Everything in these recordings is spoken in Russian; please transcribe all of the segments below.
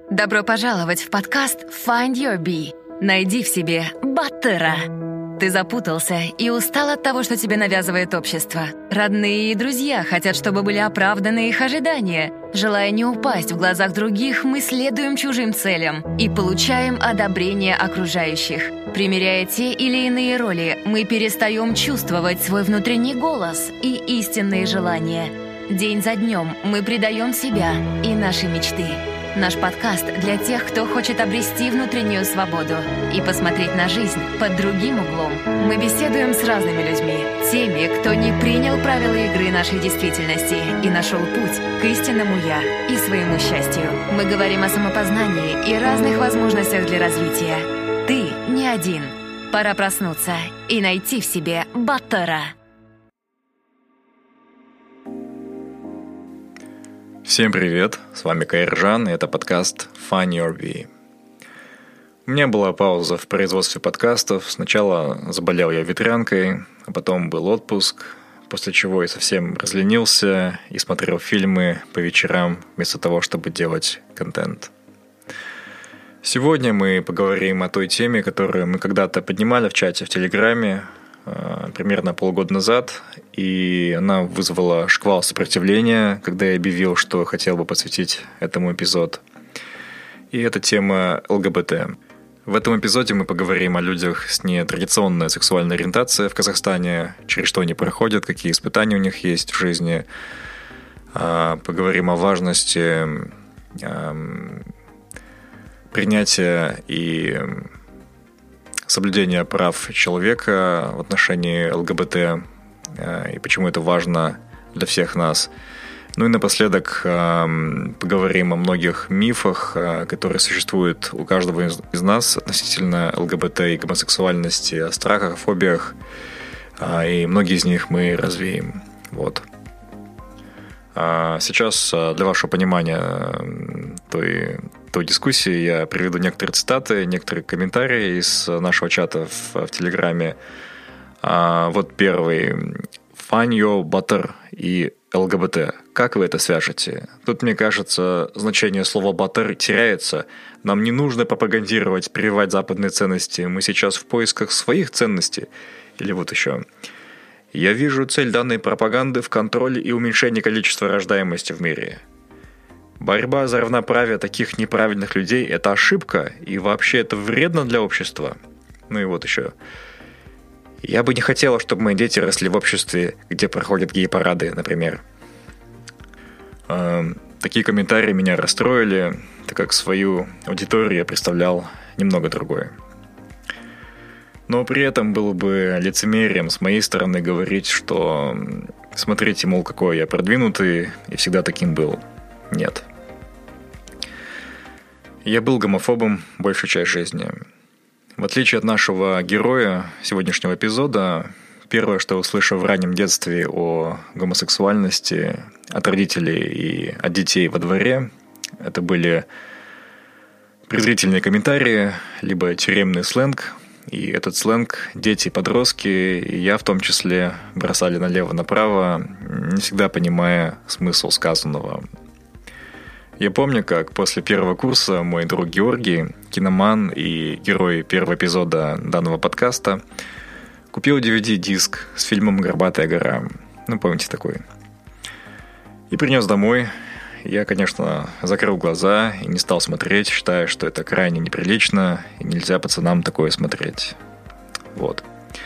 Добро пожаловать в подкаст Find Your Bee. Найди в себе Баттера. Ты запутался и устал от того, что тебе навязывает общество. Родные и друзья хотят, чтобы были оправданы их ожидания. Желая не упасть в глазах других, мы следуем чужим целям и получаем одобрение окружающих. Примеряя те или иные роли, мы перестаем чувствовать свой внутренний голос и истинные желания. День за днем мы предаем себя и наши мечты. Наш подкаст для тех, кто хочет обрести внутреннюю свободу и посмотреть на жизнь под другим углом. Мы беседуем с разными людьми, теми, кто не принял правила игры нашей действительности и нашел путь к истинному «я» и своему счастью. Мы говорим о самопознании и разных возможностях для развития. Ты не один. Пора проснуться и найти в себе Баттера. Всем привет, с вами Кайржан, и это подкаст Find Your Bee. У меня была пауза в производстве подкастов. Сначала заболел я ветрянкой, а потом был отпуск, после чего я совсем разленился и смотрел фильмы по вечерам вместо того, чтобы делать контент. Сегодня мы поговорим о той теме, которую мы когда-то поднимали в чате в Телеграме, примерно полгода назад, и она вызвала шквал сопротивления, когда я объявил, что хотел бы посвятить этому эпизод. И это тема ЛГБТ. В этом эпизоде мы поговорим о людях с нетрадиционной сексуальной ориентацией в Казахстане, через что они проходят, какие испытания у них есть в жизни. Поговорим о важности принятия и соблюдения прав человека в отношении ЛГБТ и почему это важно для всех нас. Ну и напоследок поговорим о многих мифах, которые существуют у каждого из нас относительно ЛГБТ и гомосексуальности, о страхах, фобиях, и многие из них мы развеем. Вот. Сейчас для вашего понимания той дискуссии я приведу некоторые цитаты, некоторые комментарии из нашего чата в Телеграме. Вот первый. Find your butter и ЛГБТ. Как вы это свяжете? Тут, мне кажется, значение слова «butter» теряется. Нам не нужно пропагандировать, прививать западные ценности. Мы сейчас в поисках своих ценностей. Или вот еще. Я вижу цель данной пропаганды в контроле и уменьшении количества рождаемости в мире. Борьба за равноправие таких неправильных людей – это ошибка, и вообще это вредно для общества. Ну и вот еще. Я бы не хотела, чтобы мои дети росли в обществе, где проходят гей-парады, например. Такие комментарии меня расстроили, так как свою аудиторию я представлял немного другое. Но при этом было бы лицемерием с моей стороны говорить, что смотрите, мол, какой я продвинутый и всегда таким был. Нет. Я был гомофобом большую часть жизни. В отличие от нашего героя сегодняшнего эпизода, первое, что я услышал в раннем детстве о гомосексуальности от родителей и от детей во дворе, это были презрительные комментарии, либо тюремный сленг. И этот сленг дети, подростки, и я в том числе, бросали налево-направо, не всегда понимая смысл сказанного. Я помню, как после первого курса мой друг Георгий, киноман и герой первого эпизода данного подкаста, купил DVD-диск с фильмом «Горбатая гора». Ну, помните такой. И принес домой. Я, конечно, закрыл глаза и не стал смотреть, считая, что это крайне неприлично и нельзя пацанам такое смотреть. Вот.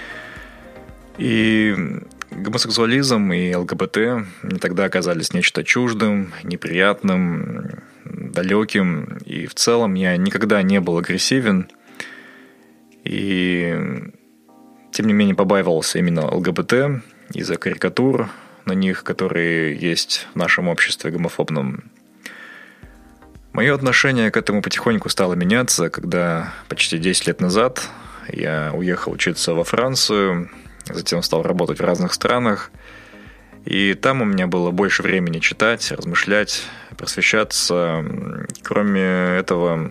И гомосексуализм и ЛГБТ мне тогда оказались нечто чуждым, неприятным, далеким. И в целом я никогда не был агрессивен. И тем не менее побаивался именно ЛГБТ из-за карикатур на них, которые есть в нашем обществе гомофобном. Мое отношение к этому потихоньку стало меняться, когда почти 10 лет назад я уехал учиться во Францию, затем стал работать в разных странах, и там у меня было больше времени читать, размышлять, просвещаться. Кроме этого,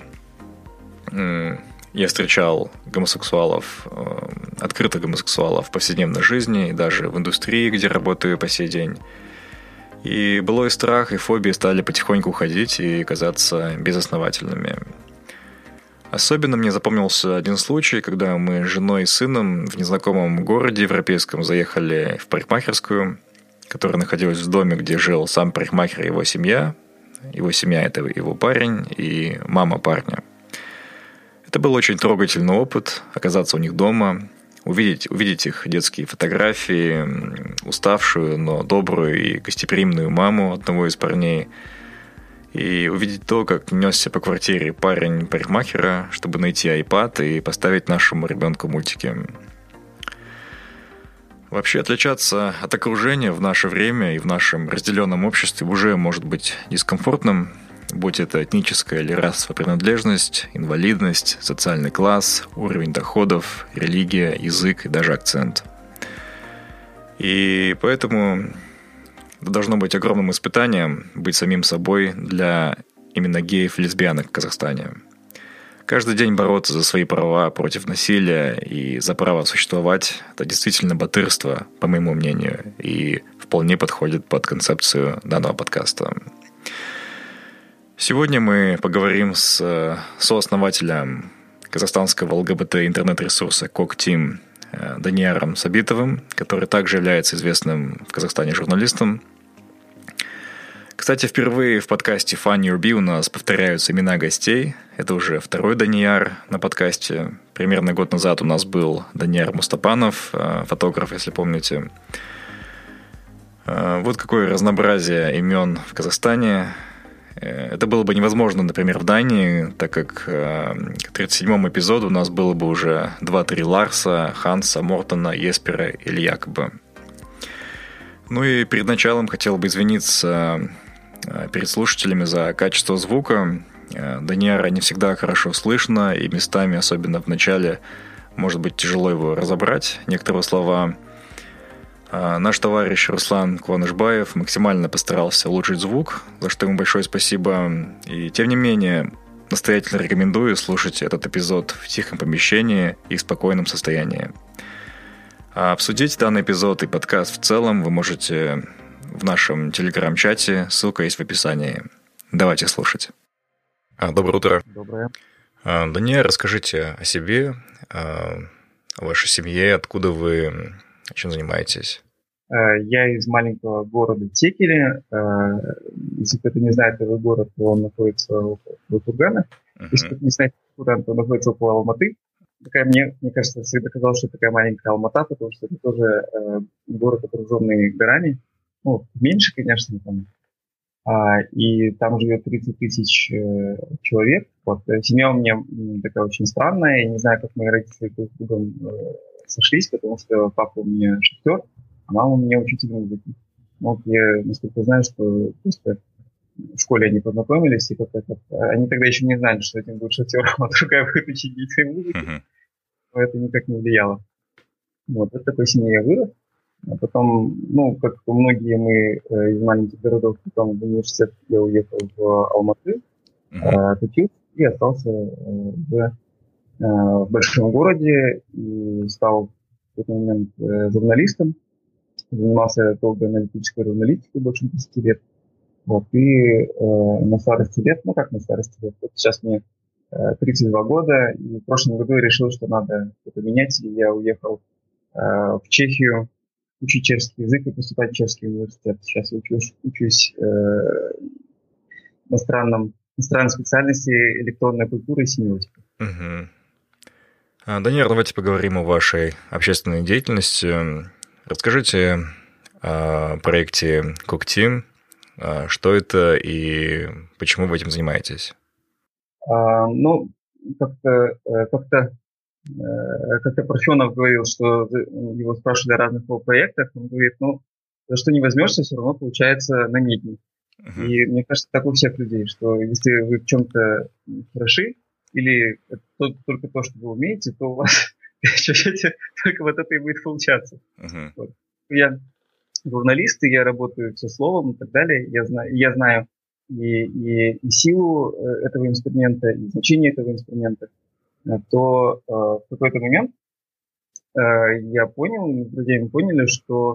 я встречал гомосексуалов, открытых гомосексуалов в повседневной жизни и даже в индустрии, где работаю по сей день. И былой страх и фобии стали потихоньку уходить и казаться безосновательными. Особенно мне запомнился один случай, когда мы с женой и сыном в незнакомом городе европейском заехали в парикмахерскую, которая находилась в доме, где жил сам парикмахер и его семья. Его семья – это его парень и мама парня. Это был очень трогательный опыт – оказаться у них дома, увидеть их детские фотографии, уставшую, но добрую и гостеприимную маму одного из парней, и увидеть то, как несся по квартире парень парикмахера, чтобы найти iPad и поставить нашему ребенку мультики. Вообще отличаться от окружения в наше время и в нашем разделенном обществе уже может быть дискомфортным, будь это этническая или расовая принадлежность, инвалидность, социальный класс, уровень доходов, религия, язык и даже акцент. И поэтому это должно быть огромным испытанием быть самим собой для именно геев и лесбиянок в Казахстане. Каждый день бороться за свои права против насилия и за право существовать – это действительно батырство, по моему мнению, и вполне подходит под концепцию данного подкаста. Сегодня мы поговорим с сооснователем казахстанского ЛГБТ-интернет-ресурса Кок-Тим Данияром Сабитовым, который также является известным в Казахстане журналистом. Кстати, впервые в подкасте Find Your Bee у нас повторяются имена гостей. Это уже второй Данияр на подкасте. Примерно год назад у нас был Данияр Мустапанов, фотограф, если помните. Вот какое разнообразие имен в Казахстане. Это было бы невозможно, например, в Дании, так как к 37-му эпизоду у нас было бы уже 2-3 Ларса, Ханса, Мортона, Еспера или Якоба. Ну и перед началом хотел бы извиниться перед слушателями за качество звука. Данияра не всегда хорошо слышно, и местами, особенно в начале, может быть тяжело его разобрать, некоторые слова. Наш товарищ Руслан Кванышбаев максимально постарался улучшить звук, за что ему большое спасибо. И тем не менее, настоятельно рекомендую слушать этот эпизод в тихом помещении и в спокойном состоянии. А обсудить данный эпизод и подкаст в целом вы можете в нашем телеграм-чате, ссылка есть в описании. Давайте слушать. Доброе утро. Доброе. Даниэль, расскажите о себе, о вашей семье, откуда вы, чем занимаетесь? Я из маленького города Текели. Если кто-то не знает этот город, то он находится около Кургана. Если кто-то не знает Курган, то он находится около Алматы. Мне кажется, всегда казалось, что такая маленькая Алмата, потому что это тоже город, окруженный горами. Ну, меньше, конечно, там. И там живет 30 тысяч человек. Вот. Семья у меня такая очень странная. Я не знаю, как мои родители друг с другом сошлись, потому что папа у меня шахтер, а мама у меня учитель музыки. Вот я, насколько знаю, что просто в школе они познакомились, и как-то они тогда еще не знали, что один будет шахтером, а другая будет учительницей музыки. Но это никак не влияло. Вот, в такой семье я вырос. А потом, ну, как многие мы из маленьких городов, потом в университет я уехал в Алматы, отучился и остался в большом городе и стал в тот момент журналистом. Занимался долго аналитической журналистикой больше 10 лет. Вот, и на старости лет, ну как на старости лет, вот сейчас мне 32 года, и в прошлом году я решил, что надо что-то менять, и я уехал в Чехию учить чешский язык и поступать в чешский университет. Сейчас я учусь на странной специальности электронная культура и семиотика. Даниэль, давайте поговорим о вашей общественной деятельности. Расскажите о проекте Кок-Тим, что это и почему вы этим занимаетесь? Ну, как-то Парфенов говорил, что его спрашивали о разных его проектах. Он говорит, ну, за что не возьмешься, все равно получается наметней. И мне кажется, так у всех людей, что если вы в чем-то хороши, или только то, что вы умеете, то у вас только вот это и будет получаться. Вот. Я журналист, и я работаю со словом и так далее. Я знаю и силу этого инструмента, и значение этого инструмента. То в какой-то момент я понял, мы с друзьями поняли, что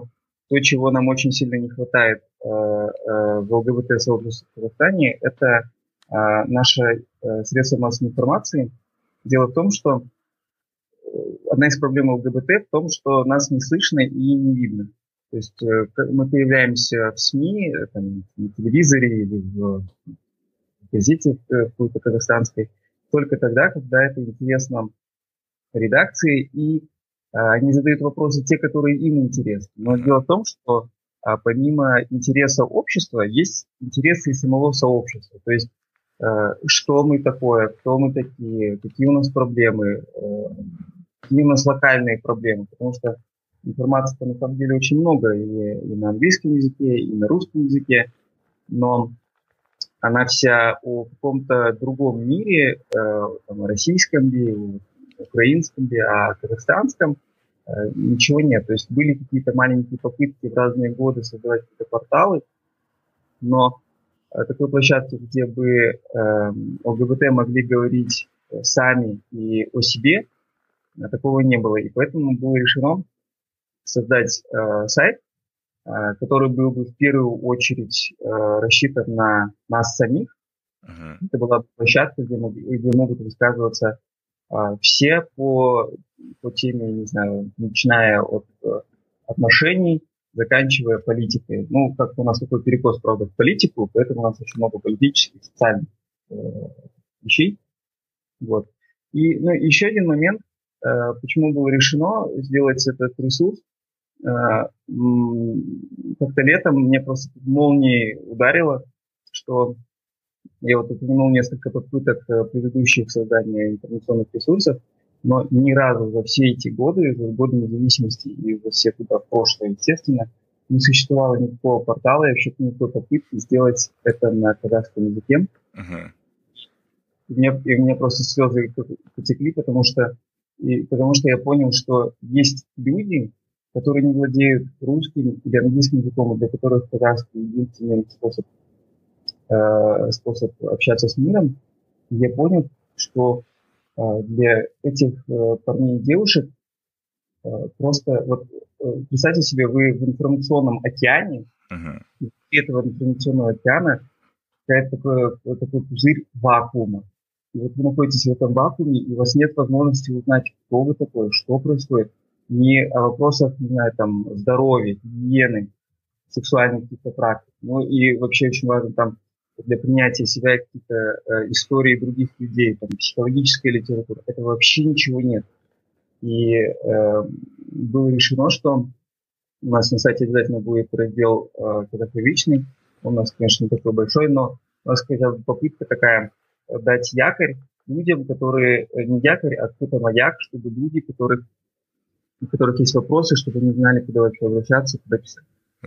то, чего нам очень сильно не хватает в ЛГБТ-сообществе в Казахстане, это наши средства массовой информации. Дело в том, что одна из проблем ЛГБТ в том, что нас не слышно и не видно. То есть мы появляемся в СМИ, там, на телевизоре или в газете какой-то казахстанской только тогда, когда это интересно редакции, и они задают вопросы те, которые им интересны. Но дело в том, что помимо интереса общества, есть интересы и самого сообщества. То есть что мы такое, кто мы такие, какие у нас проблемы, какие у нас локальные проблемы. Потому что информации на самом деле очень много и на английском языке, и на русском языке, но она вся о каком-то другом мире, там, о российском мире, украинском, а казахстанском ничего нет. То есть были какие-то маленькие попытки в разные годы создавать какие-то порталы, но такой площадки, где бы ЛГБТ могли говорить сами и о себе, такого не было. И поэтому было решено создать сайт, который был бы в первую очередь рассчитан на нас самих. Это была площадка, где могут высказываться все по теме, не знаю, начиная от отношений, заканчивая политикой. Ну, как у нас такой перекос, правда, в политику, поэтому у нас очень много политических, социальных вещей. Вот. И еще один момент, почему было решено сделать этот ресурс. Как-то летом мне просто молнией ударило, что я вот упомянул несколько попыток предыдущих создания информационных ресурсов, но ни разу за все эти годы, за годы независимости и за все туда прошлое, естественно, не существовало никакого портала и вообще никакой попытки сделать это на казахском языке. И у меня просто слезы потекли, потому что я понял, что есть люди, которые не владеют русским или английским языком, для которых казахский единственный способ общаться с миром. И я понял, что для этих парней и девушек просто вот представьте себе, вы в информационном океане, и этого информационного океана какой-то такой пузырь вакуума. И вот вы находитесь в этом вакууме, и у вас нет возможности узнать, кто вы такой, что происходит. Не о вопросах, не знаю, там, здоровья, гигиены, сексуальных каких-то практик. Ну и вообще очень важно там для принятия себя какие-то истории других людей, там, психологическая литература. Это вообще ничего нет. И было решено, что у нас на сайте обязательно будет раздел казахоязычный. Он у нас, конечно, не такой большой, но у нас хотя бы попытка такая дать якорь людям, которые не якорь, а какой-то маяк, чтобы люди, у которых есть вопросы, чтобы они знали, куда вообще обращаться, куда писать.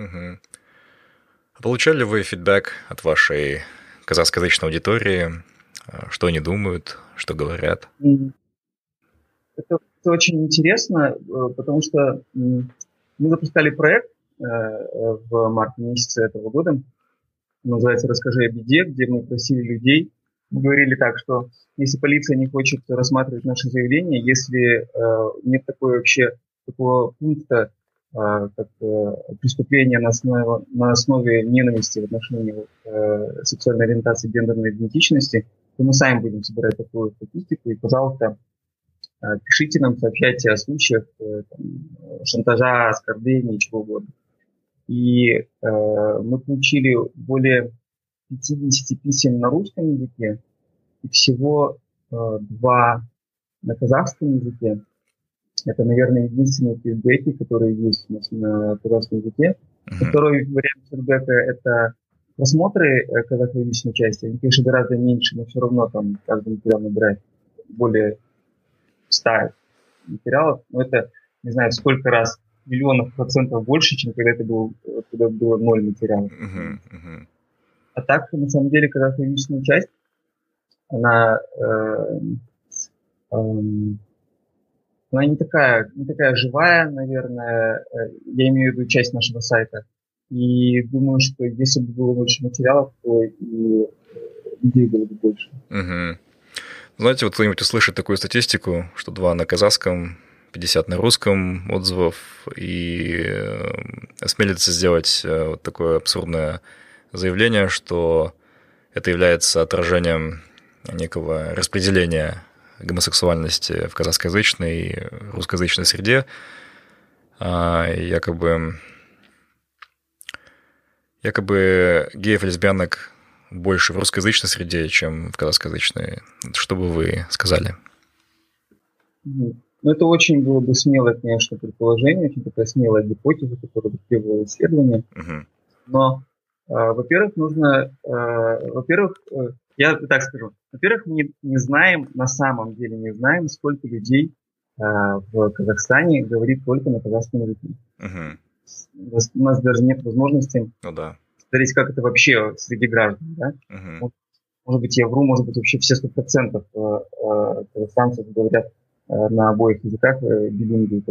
Получали вы фидбэк от вашей казахскоязычной аудитории? Что они думают, что говорят? Это очень интересно, потому что мы запускали проект в марте месяце этого года. Называется «Расскажи о беде», где мы просили людей. Мы говорили так, что если полиция не хочет рассматривать наши заявления, если нет такого пункта, как преступление на основе ненависти в отношении сексуальной ориентации, гендерной идентичности, то мы сами будем собирать такую статистику. И, пожалуйста, пишите нам, сообщайте о случаях шантажа, оскорбления, чего угодно. И мы получили более 50 писем на русском языке и всего 2 на казахском языке. Это, наверное, единственные фидбэки, которые есть у нас на казахском языке. Второй вариант фидбэка – это просмотры казахоязычной части. Они, конечно, гораздо меньше, но все равно там каждый материал набирает более 100 материалов. Но это, не знаю, сколько раз, миллионов процентов больше, чем когда было 0 материалов. А так, на самом деле, казахоязычная часть, она не такая живая, наверное, я имею в виду часть нашего сайта. И думаю, что если бы было больше материалов, то и людей было бы больше. Знаете, вот кто-нибудь услышит такую статистику, что 2 на казахском, 50 на русском отзывов и осмелится сделать вот такое абсурдное заявление, что это является отражением некого распределения гомосексуальности в казахскоязычной и русскоязычной среде. Якобы геев и лесбиянок больше в русскоязычной среде, чем в казахскоязычной. Что бы вы сказали? Ну, это очень было бы смелое, конечно, предположение, очень такая смелая гипотеза, которая бы требовала исследования. Но, во-первых, я так скажу, во-первых, мы не знаем, на самом деле не знаем, сколько людей в Казахстане говорит только на казахском языке. У нас даже нет возможности смотреть, как это вообще среди граждан. Да? Может быть, я вру, может быть, вообще все 100% казахстанцев говорят на обоих языках билингвы,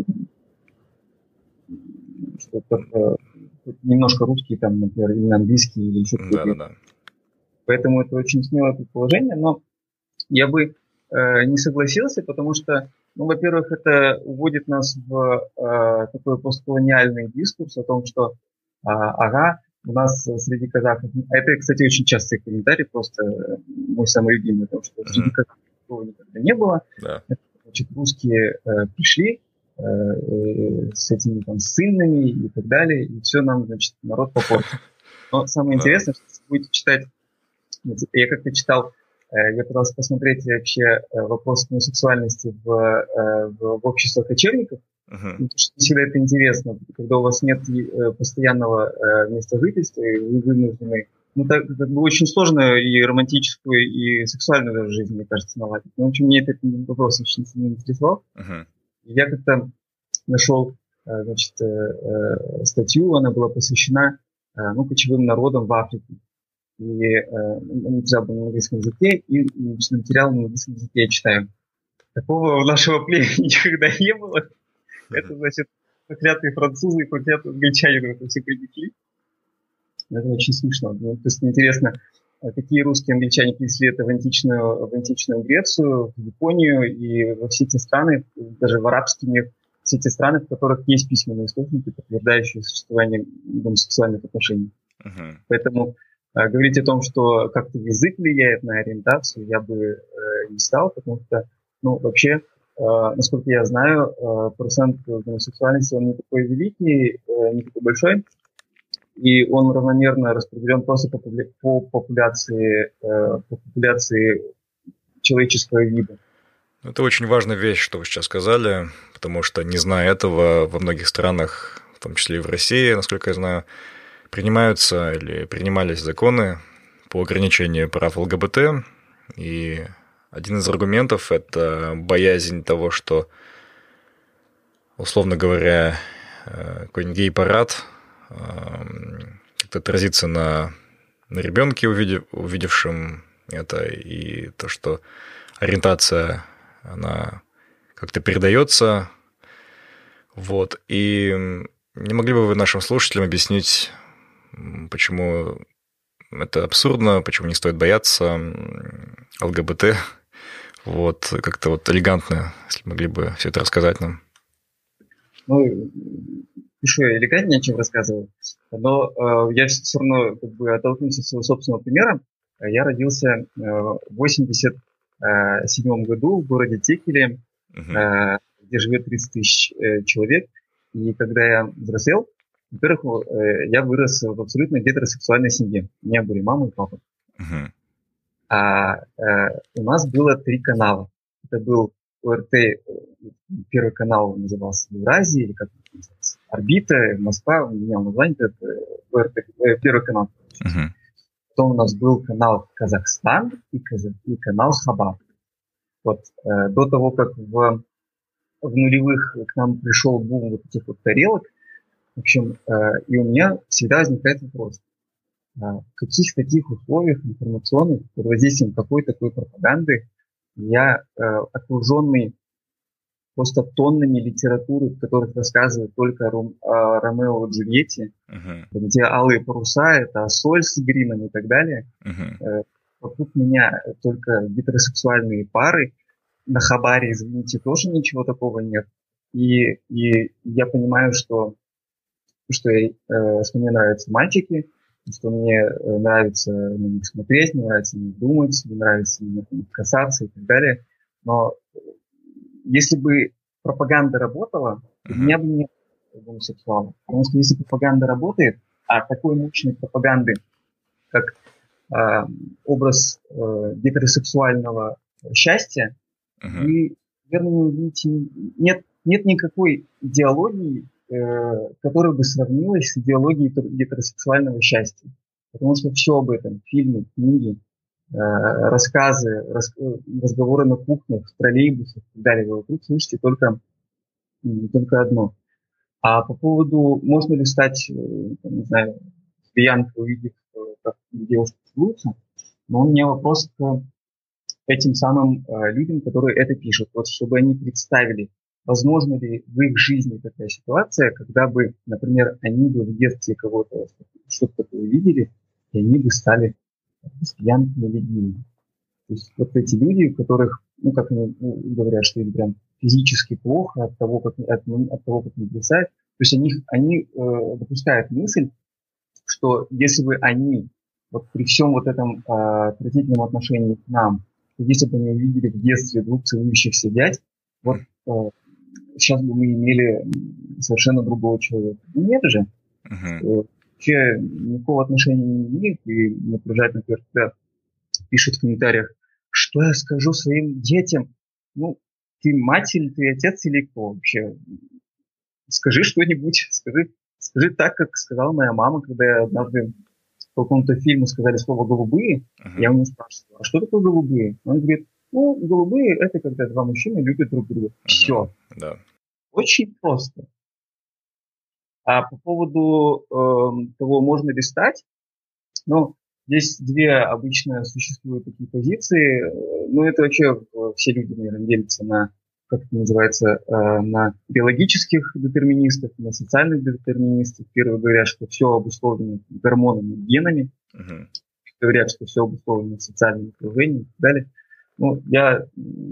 немножко русский, там, например, или английский, или еще какой-то. Поэтому это очень смелое предположение, но я бы не согласился, потому что, ну, во-первых, это уводит нас в такой постколониальный дискурс о том, что у нас среди казахов... Это, кстати, очень частый комментарий, просто мой самый любимый, потому что среди казахов такого никогда не было. Значит, русские пришли с этими там ссыльными и так далее, и все нам, значит, народ попортил. Но самое интересное, что если будете читать... Я как-то читал, я пытался посмотреть вообще вопрос гомосексуальности в обществах кочевников. Потому что всегда это интересно, когда у вас нет постоянного места жительства, и вы вынуждены, ну, так как бы очень сложно и романтическую, и сексуальную даже жизнь, мне кажется, наладить. Ну, в общем, мне этот вопрос очень сильно интересовал. Я как-то нашел, значит, статью, она была посвящена, кочевым народам в Африке. И написал на английском языке, и материал на английском языке я читаю. Такого у нашего племени никогда не было. Это, значит, проклятые французы и проклятые англичане это все принесли. Это очень смешно. То есть интересно, какие русские англичане принесли это в античную Грецию, в Японию и во все те страны, даже в арабский мир, все те страны, в которых есть письменные источники, подтверждающие существование гомосексуальных отношений. Поэтому говорить о том, что как-то язык влияет на ориентацию, я бы не стал, потому что, ну, вообще, насколько я знаю, процент гомосексуальности, он не такой великий, не такой большой, и он равномерно распределен просто по популяции человеческого вида. Это очень важная вещь, что вы сейчас сказали, потому что, не зная этого, во многих странах, в том числе и в России, насколько я знаю, принимаются или принимались законы по ограничению прав ЛГБТ, и один из аргументов – это боязнь того, что, условно говоря, какой-нибудь гей-парад как-то отразится на ребенке, увидевшем это, и то, что ориентация, она как-то передается. Вот. И не могли бы вы нашим слушателям объяснить, почему это абсурдно, почему не стоит бояться ЛГБТ? Вот, как-то вот элегантно, если могли бы все это рассказать нам. Ну, пишу я элегантнее, чем рассказываю, но я все равно как бы оттолкнусь от своего собственного примера. Я родился в 1987 году в городе Текеле, где живет 30 тысяч человек. И когда я взрослел, во-первых, я вырос в абсолютно гетеросексуальной семье. У меня были мама и папа. У нас было 3 канала. Это был ОРТ, первый канал назывался Евразия, или как это называется, Орбита, Москва, менял название, это ОРТ, первый канал. Потом у нас был канал Казахстан и канал Хабар. Вот, до того, как в нулевых к нам пришел бум вот этих вот тарелок, в общем, и у меня всегда возникает вопрос. В каких таких условиях информационных, под воздействием какой такой пропаганды, я, окруженный просто тоннами литературы, в которых рассказывают только о Ромео и Джульетте, где алые паруса, это Ассоль с Грином и так далее, вокруг меня только гетеросексуальные пары, на хабаре, извините, тоже ничего такого нет. И я понимаю, что мне нравятся мальчики, что мне нравится на них смотреть, мне нравится на них думать, мне нравится на них касаться и так далее. Но если бы пропаганда работала, меня бы не было гомосексуалом. Потому что если пропаганда работает, а такой мощной пропаганды, как образ гетеросексуального счастья, вы, наверное, не увидите, нет никакой идеологии, которая бы сравнилась с идеологией гетеросексуального счастья. Потому что все об этом, фильмы, книги, рассказы, разговоры на кухнях, в троллейбусах и так далее, вы вокруг слышите только одно. А по поводу, можно ли стать, не знаю, лесбиянкой, увидев, как девушки целуются, но у меня вопрос к этим самым людям, которые это пишут. Вот чтобы они представили, возможно ли в их жизни такая ситуация, когда бы, например, они бы в детстве кого-то что-то такое увидели, и они бы стали лесбиянками людьми. То есть вот эти люди, у которых, как они говорят, что им прям физически плохо от того, как они писают, то есть они допускают мысль, что если бы они вот при всем вот этом отвратительном отношении к нам, если бы мы увидели в детстве двух целующихся дядь, вот сейчас бы мы имели совершенно другого человека. Нет же. Вообще никакого отношения не имеет. И мне приезжает, например, когда пишут в комментариях, что я скажу своим детям? Ну, ты мать или ты отец или кто вообще? Скажи что-нибудь, скажи так, как сказала моя мама, когда я однажды по какому-то фильму сказали слово «голубые», я у него спрашиваю, а что такое «голубые»? Он говорит, голубые – это когда два мужчины любят друг друга. Все. Да. Очень просто. А по поводу того, можно ли стать, здесь две обычно существуют такие позиции. Это вообще все люди, наверное, делятся на, как это называется, на биологических детерминистов, на социальных детерминистов. Первые говорят, что все обусловлено гормонами и генами. Говорят, что все обусловлено социальным окружением и так далее. Я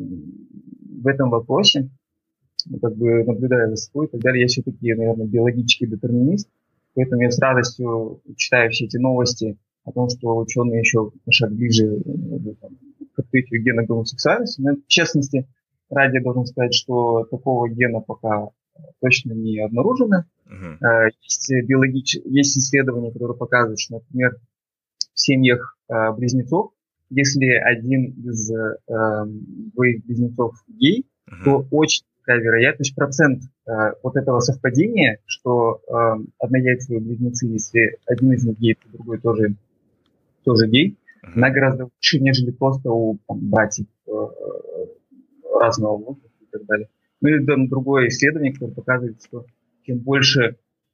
в этом вопросе наблюдаю за собой и так далее. Я все-таки, наверное, биологический детерминист, поэтому я с радостью читаю все эти новости о том, что ученые еще на шаг ближе к открытию гена гомосексуальности. Но, в частности, ради должен сказать, что такого гена пока точно не обнаружено. Есть исследования, которые показывают, что, например, в семьях близнецов, если один из двоих близнецов гей, то очень такая вероятность, процент вот этого совпадения, что однояйцевые близнецы, если один из них гей, то другой тоже гей, она гораздо выше, нежели просто у братьев разного возраста и так далее. И другое исследование, которое показывает, что чем больше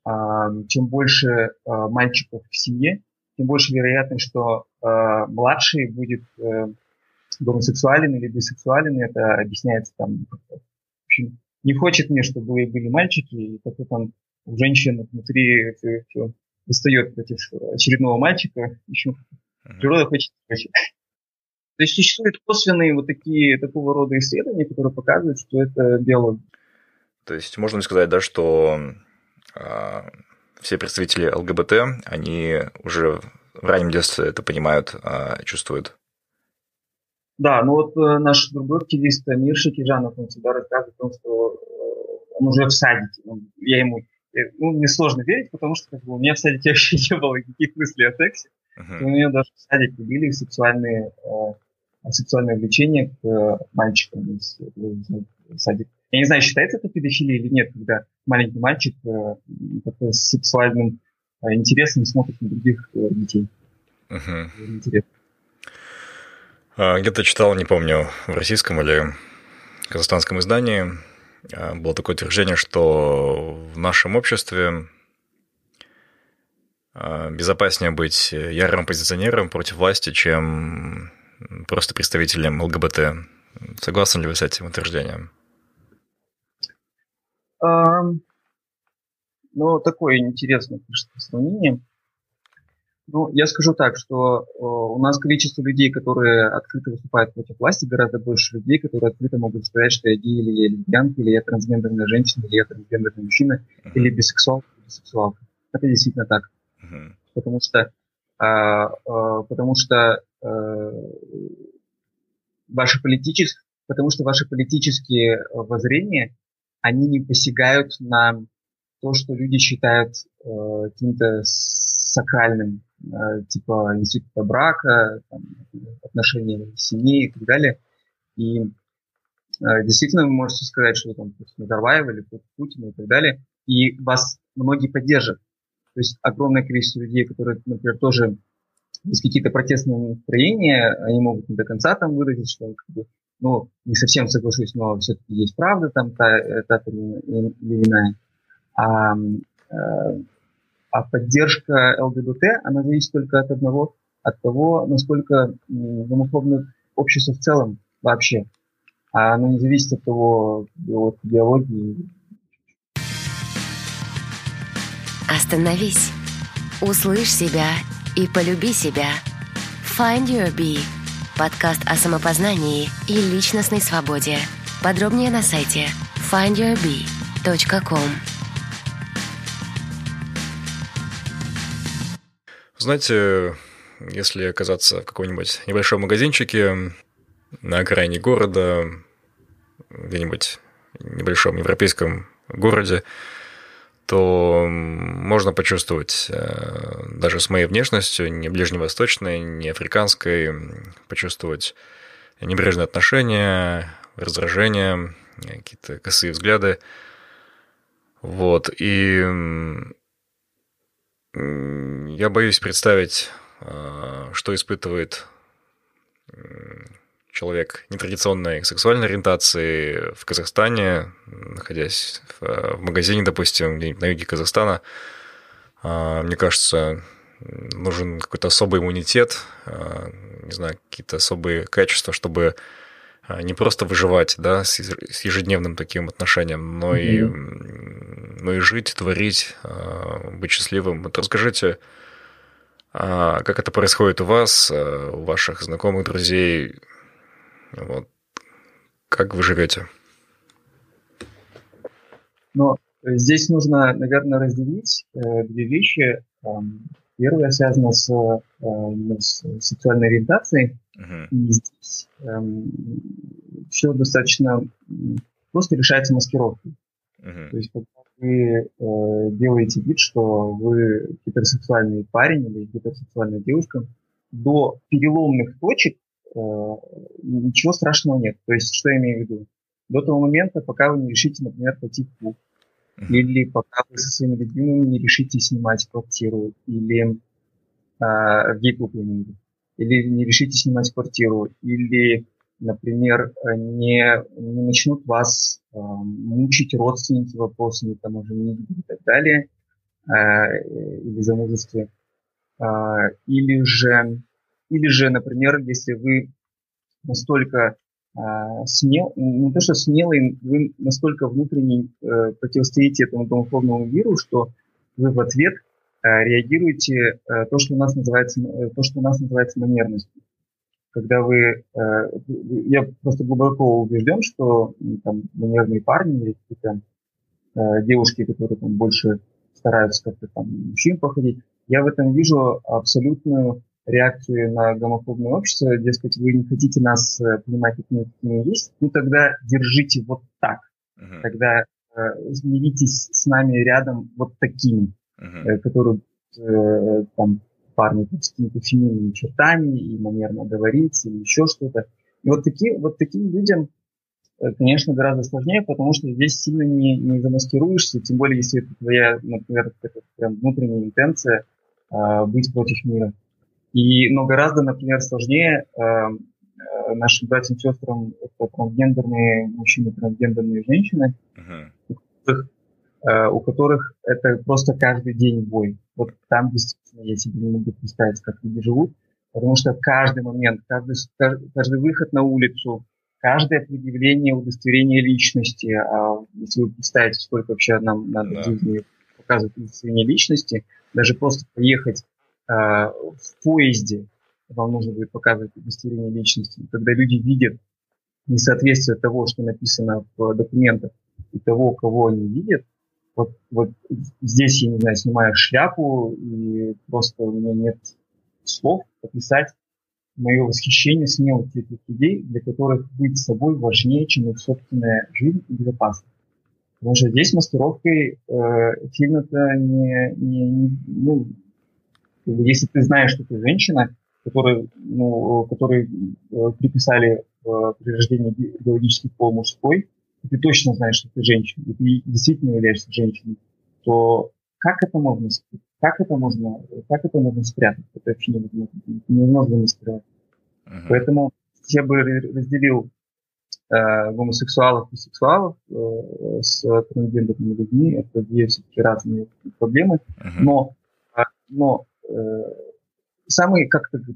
мальчиков в семье, тем больше вероятность, что младший будет гомосексуален или бисексуален. Это объясняется там. В общем, не хочет мне, чтобы были мальчики, и как-то там у женщин внутри все восстает против очередного мальчика. Еще природа хочет. То есть существуют косвенные такого рода исследования, которые показывают, что это биология. То есть можно сказать, да, что все представители ЛГБТ, они уже в раннем детстве это понимают, чувствуют. Да, наш другой активист Мирша Кижанов, он всегда рассказывает о том, что он уже в садике. Я ему, мне сложно верить, потому что у меня в садике вообще не было никаких мыслей о сексе. У меня даже в садике были сексуальные влечения к мальчикам из садика. Я не знаю, считается это педофилией или нет, когда маленький мальчик с сексуальным интересом смотрит на других детей. Интересно. Где-то читал, не помню, в российском или казахстанском издании, было такое утверждение, что в нашем обществе безопаснее быть ярым оппозиционером против власти, чем просто представителем ЛГБТ. Согласны ли вы с этим утверждением? Такое интересное сравнение. Ну, я скажу так, что у нас количество людей, которые открыто выступают против власти, гораздо больше людей, которые открыто могут сказать, что я гей, или я лесбиянка, или я трансгендерная женщина, или я трансгендерный мужчина, или бисексуалка, или бисексуалка. Это действительно так. Потому что ваши политические воззрения, они не посягают на то, что люди считают каким-то сакральным, типа института брака, там, отношения семьи и так далее. И действительно вы можете сказать, что вы там Назарбаева или Путина и так далее, и вас многие поддержат. То есть огромное количество людей, которые, например, тоже есть какие-то протестные настроения, они могут не до конца там выразить, что ну, не совсем соглашусь, но все-таки есть правда там та или иная. А поддержка ЛГБТ, она зависит только от того, насколько гомофобное общество в целом вообще. А оно не зависит от того, от идеологии. Остановись, услышь себя и полюби себя. Find Your Bee. Подкаст о самопознании и личностной свободе. Подробнее на сайте findyourbee.com. Знаете, если оказаться в каком-нибудь небольшом магазинчике на окраине города, где-нибудь небольшом европейском городе, то можно почувствовать даже с моей внешностью, не ближневосточной, не африканской, почувствовать небрежное отношение, раздражение, какие-то косые взгляды. Вот. И я боюсь представить, что испытывает человек нетрадиционной сексуальной ориентации в Казахстане, находясь в магазине, допустим, где-нибудь на юге Казахстана. Мне кажется, нужен какой-то особый иммунитет, не знаю, какие-то особые качества, чтобы не просто выживать, да, с ежедневным таким отношением, но и жить, творить, быть счастливым. Вот расскажите, как это происходит у вас, у ваших знакомых, друзей, вот, как вы живете? Но здесь нужно, наверное, разделить две вещи. Первое связано с сексуальной ориентацией. И здесь все достаточно просто решается маскировкой. То есть, когда вы делаете вид, что вы гетеросексуальный парень или гетеросексуальная девушка, до переломных точек ничего страшного нет. То есть, что я имею в виду? До того момента, пока вы не решите, например, пойти в клуб, или пока вы со своими любимыми не решите снимать квартиру, или в гей-клуб, я имею в виду, или не решите снимать квартиру, или, например, не начнут вас мучить родственники вопросами там, о женитьбе и так далее, или замужестве. Или же, например, если вы настолько не то что смелый, вы настолько внутренне противостоите этому гомофобному миру, что вы в ответ реагируете то, что у нас называется манерностью. Когда я просто глубоко убежден, что там манерные парни или какие-то девушки, которые там больше стараются как-то там мужчин походить, я в этом вижу абсолютную реакцию на гомофобное общество, дескать, вы не хотите нас понимать, какими мы есть, ну тогда держите вот так. Тогда смиритесь с нами рядом вот такими, которые там парни с какими-то феминными чертами и манерно говорить, или еще что-то. И вот таким людям, конечно, гораздо сложнее, потому что здесь сильно не замаскируешься, тем более, если это твоя, например, прям внутренняя интенция быть против мира. Но гораздо, например, сложнее нашим братьям и сестрам, это трансгендерные мужчины, трансгендерные женщины, у которых это просто каждый день бой. Вот там действительно я себе не могу представить, как люди живут, потому что каждый момент, каждый выход на улицу, каждое предъявление удостоверения личности, если вы представите, сколько вообще нам надо в жизни показывать удостоверение личности, даже просто поехать в поезде вам нужно будет показывать удостоверение личности, когда люди видят несоответствие того, что написано в документах, и того, кого они видят, вот здесь, я не знаю, снимаю шляпу, и просто у меня нет слов описать мое восхищение смелостью этих людей, для которых быть собой важнее, чем их собственная жизнь и безопасность. Потому что здесь маскировкой сильно-то ну, если ты знаешь, что ты женщина, которой приписали при рождении биологический пол мужской, и ты точно знаешь, что ты женщина, и ты действительно являешься женщиной, то как это можно скрыть? Как это можно спрятать? Это вообще невозможно не скрывать. Поэтому я бы разделил гомосексуалов и сексуалов с трансгендерными людьми. Это две все-таки разные проблемы. Но самая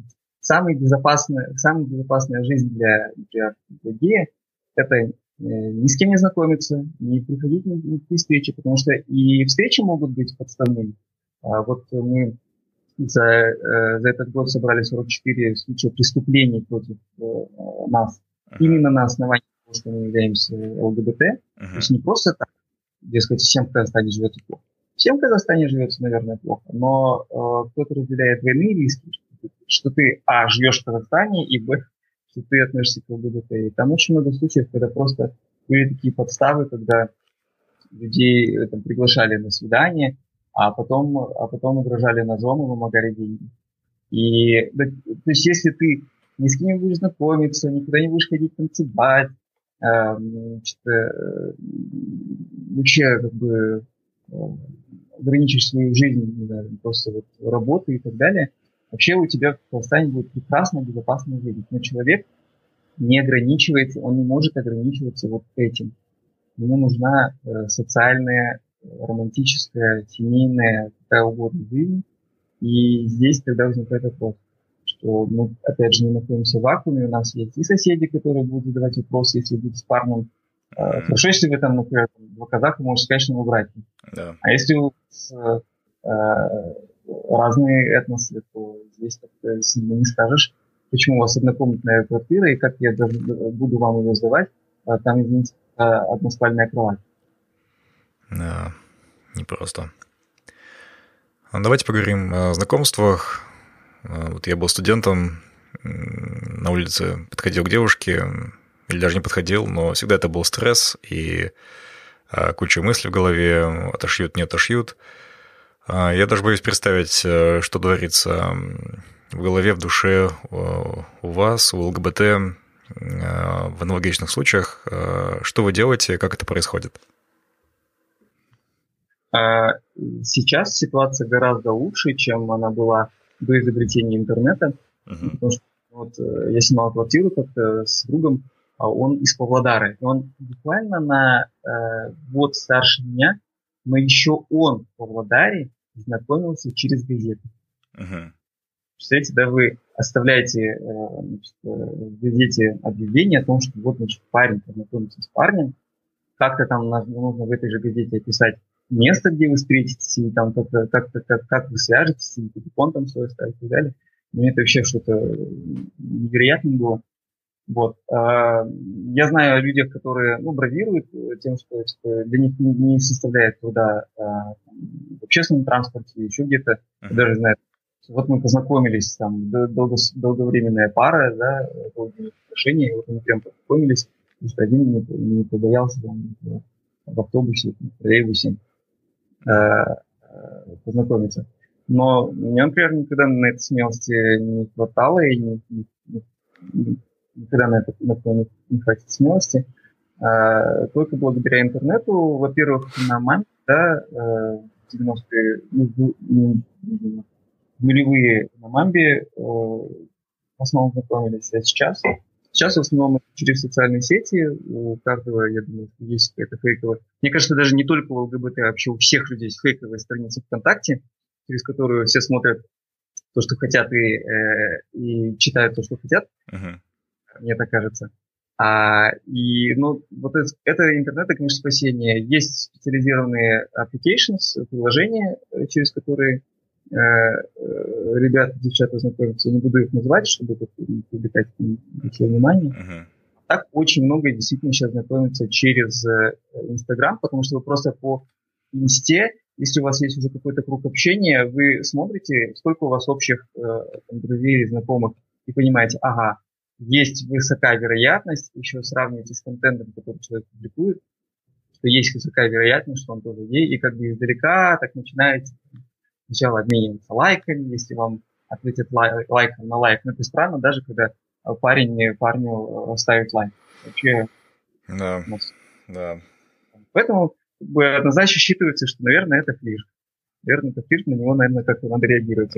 безопасная жизнь для гея – это ни с кем не знакомиться, не приходить на никакие встречи, потому что и встречи могут быть подставными. Вот мы за этот год собрали 44 случая преступлений против нас, именно на основании того, что мы являемся ЛГБТ. То есть не просто так, дескать, всем в Казахстане живется плохо. Всем в Казахстане живется, наверное, плохо, но кто-то разделяет двойные риски, что ты, живешь в Казахстане, и, что ты относишься к ЛГБТ. И там очень много случаев, когда просто были такие подставы, когда людей приглашали на свидание, а потом угрожали ножом и вымогали деньги. И, то есть, если ты ни с кем не будешь знакомиться, никуда не будешь ходить танцевать, вообще, ограничишь свою жизнь, не знаю, просто работу и так далее, вообще у тебя в Казахстане будет прекрасная, безопасная жизнь. Но человек не ограничивается, он не может ограничиваться вот этим. Ему нужна социальная, романтическая, семейная, какая угодно жизнь. И здесь тогда возникает вопрос, что мы, опять же, не находимся в вакууме, у нас есть и соседи, которые будут задавать вопросы, если быть с парнем. Хорошо, если вы там, например, два казаха, можете сказать, что вы братья. Да. А если у вас разные этносы, то здесь как-то не скажешь, почему у вас однокомнатная квартира, и как я даже буду вам ее сдавать, там, извините, односпальная кровать. Да, непросто. Давайте поговорим о знакомствах. Вот я был студентом, на улице подходил к девушке, или даже не подходил, но всегда это был стресс и куча мыслей в голове, отошьют, не отошьют. Я даже боюсь представить, что творится в голове, в душе у вас, у ЛГБТ в аналогичных случаях. Что вы делаете, как это происходит? Сейчас ситуация гораздо лучше, чем она была до изобретения интернета. Потому что я снимал квартиру как-то с другом, а он из Павлодара. И он буквально на год старше меня, но еще он в Павлодаре знакомился через газеты. Представляете, да, вы оставляете в газете объявление о том, что вот, значит, парень познакомится с парнем, как-то там нужно в этой же газете описать место, где вы встретитесь, и там как вы свяжетесь, и телефон там свой оставить и так далее. Мне это вообще что-то невероятное было. Вот. Я знаю о людях, которые бравируют тем, что для них не составляет труда в общественном транспорте, еще где-то, даже знаю, вот мы познакомились, там, долговременная пара, да, долгие отношения, и вот мы прям познакомились, потому что один не побоялся там, в автобусе, в троллейбусе познакомиться. Но мне, например, никогда на этой смелости не хватало, и никогда на это не хватит смелости. Только благодаря интернету, во-первых, на маме, да, в 90-е, нулевые на мамбе в основном знакомились, а сейчас в основном через социальные сети, у каждого, я думаю, есть какая-то фейковая. Мне кажется, даже не только у ЛГБТ, а вообще у всех людей есть фейковая страница ВКонтакте, через которую все смотрят то, что хотят, и читают то, что хотят. Мне так кажется. Вот это интернет, конечно, спасение. Есть специализированные applications, приложения, через которые ребята, девчата знакомятся, я не буду их называть, чтобы не привлекать ничего внимания. Так очень много действительно сейчас знакомятся через Инстаграм, потому что вы просто по Инсте, если у вас есть уже какой-то круг общения, вы смотрите, сколько у вас общих друзей, знакомых, и понимаете, ага, есть высокая вероятность, еще сравниваете с контентом, который человек публикует, что есть высокая вероятность, что он тоже гей, и как бы издалека так начинаете сначала обмениваться лайками, если вам ответят лайком на лайк. Но это странно, даже когда парень парню ставит лайк. Вообще, да. Поэтому однозначно считывается, что, наверное, это флирт. Наверное, это флирт, на него, наверное, как-то надо реагировать.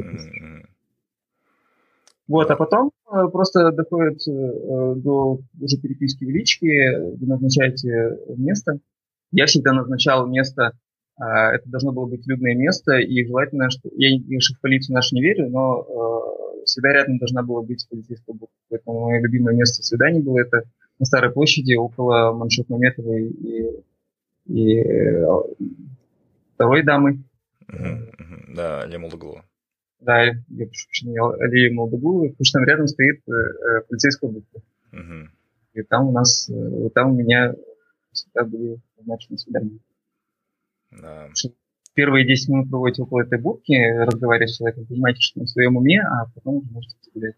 Вот, а потом просто доходит до уже переписки в личке, вы назначаете место. Я всегда назначал место, это должно было быть людное место, и желательно, что я, конечно, в полицию нашу не верю, но всегда рядом должна была быть полицейская будка. Поэтому мое любимое место свиданий было это на Старой площади около Маншук Маметовой и второй дамы. Да, Али Молдоглу. Да, я прошу прощения, Али Молдоглу, потому что там рядом стоит полицейская будка. И там у меня всегда были назначены свидания. Да. Первые 10 минут проводите около этой будки, разговариваете с человеком, понимаете, что он в своем уме, а потом уже можете гулять.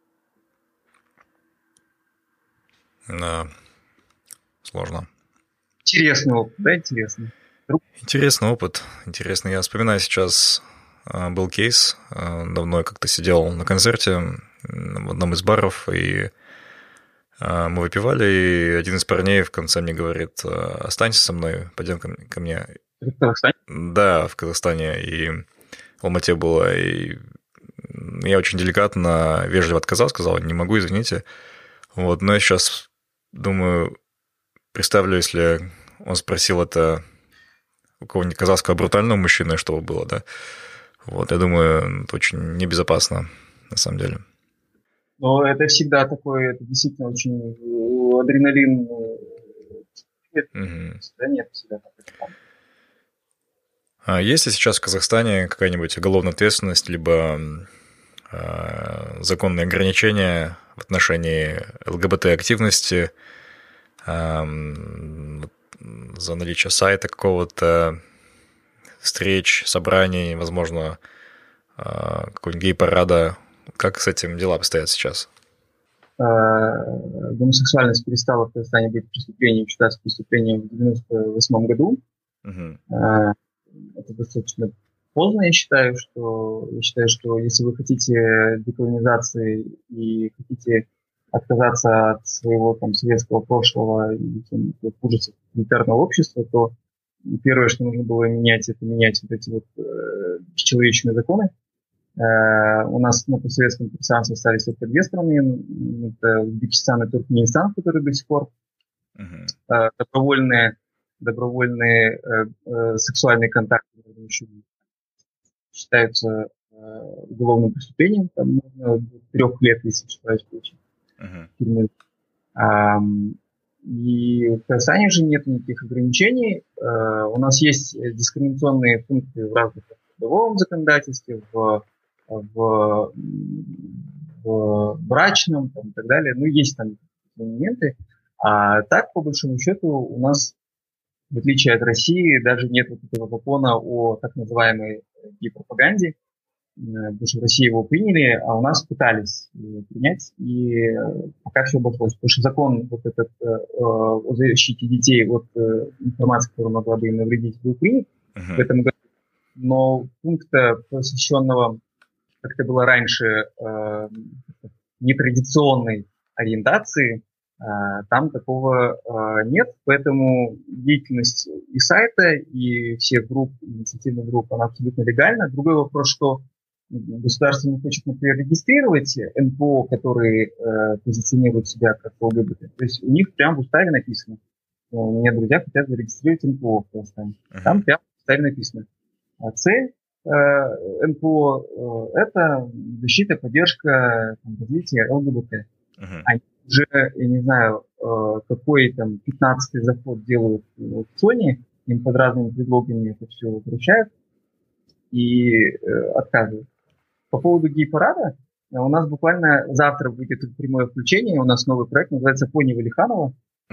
Да. Сложно. Интересный опыт, да, интересный? Интересный опыт. Интересный. Я вспоминаю сейчас, был кейс, давно я как-то сидел на концерте в одном из баров, и мы выпивали, и один из парней в конце мне говорит: останься со мной, пойдем ко мне. В Казахстане? Да, в Казахстане, и в Алмате было, и я очень деликатно, вежливо отказал, сказал: не могу, извините. Вот, но я сейчас думаю, представлю, если он спросил это у кого-нибудь казахского брутального мужчины, что было, да. Вот, я думаю, это очень небезопасно, на самом деле. Но это всегда такое, это действительно очень адреналин. Всегда нет, всегда так. А есть ли сейчас в Казахстане какая-нибудь уголовная ответственность, либо законные ограничения в отношении ЛГБТ-активности за наличие сайта какого-то, встреч, собраний, возможно, какого-нибудь гей-парада? Как с этим дела обстоят сейчас? Гомосексуальность перестала в Казахстане быть преступлением, считаться преступлением в 1998 году. Это достаточно поздно, я считаю, что если вы хотите деколонизации и хотите отказаться от своего там советского прошлого и ужасов тоталитарного общества, то первое, что нужно было менять, это менять вот эти вот человечные законы. У нас на постсоветском пространстве остались только две страны. Это Узбекистан и Туркменистан, которые до сих пор добровольные сексуальные контакты считаются уголовным преступлением. Там можно 3 лет, если считаю, случай. И в Казахстане же нет никаких ограничений. У нас есть дискриминационные пункты в разных трудовом законодательстве, в брачном там, и так далее. Ну, есть там моменты. А так, по большому счету, у нас, в отличие от России, даже нет вот этого закона о так называемой гей-пропаганде. Потому что в России его приняли, а у нас пытались принять, и пока все обошлось. Потому что закон вот этот о защите детей от информации, которая могла бы им навредить, был принят в этом году. Но пункта, посвященного, как это было раньше, нетрадиционной ориентации, там такого нет. Поэтому деятельность и сайта, и всех групп, инициативных групп, она абсолютно легальна. Другой вопрос, что государство не хочет, например, регистрировать НПО, которые позиционируют себя как ЛГБТ. То есть у них прямо в уставе написано. У меня друзья хотят зарегистрировать НПО в Казахстане. Там прямо в уставе написано. Цель НПО – это защита, поддержка, развитие ЛГБТ. Они уже, я не знаю, какой там 15-й заход делают в Sony, им под разными предлогами это все вручают. и отказывают. По поводу гей-парада, у нас буквально завтра выйдет прямое включение, у нас новый проект, называется «Пони Валиханова».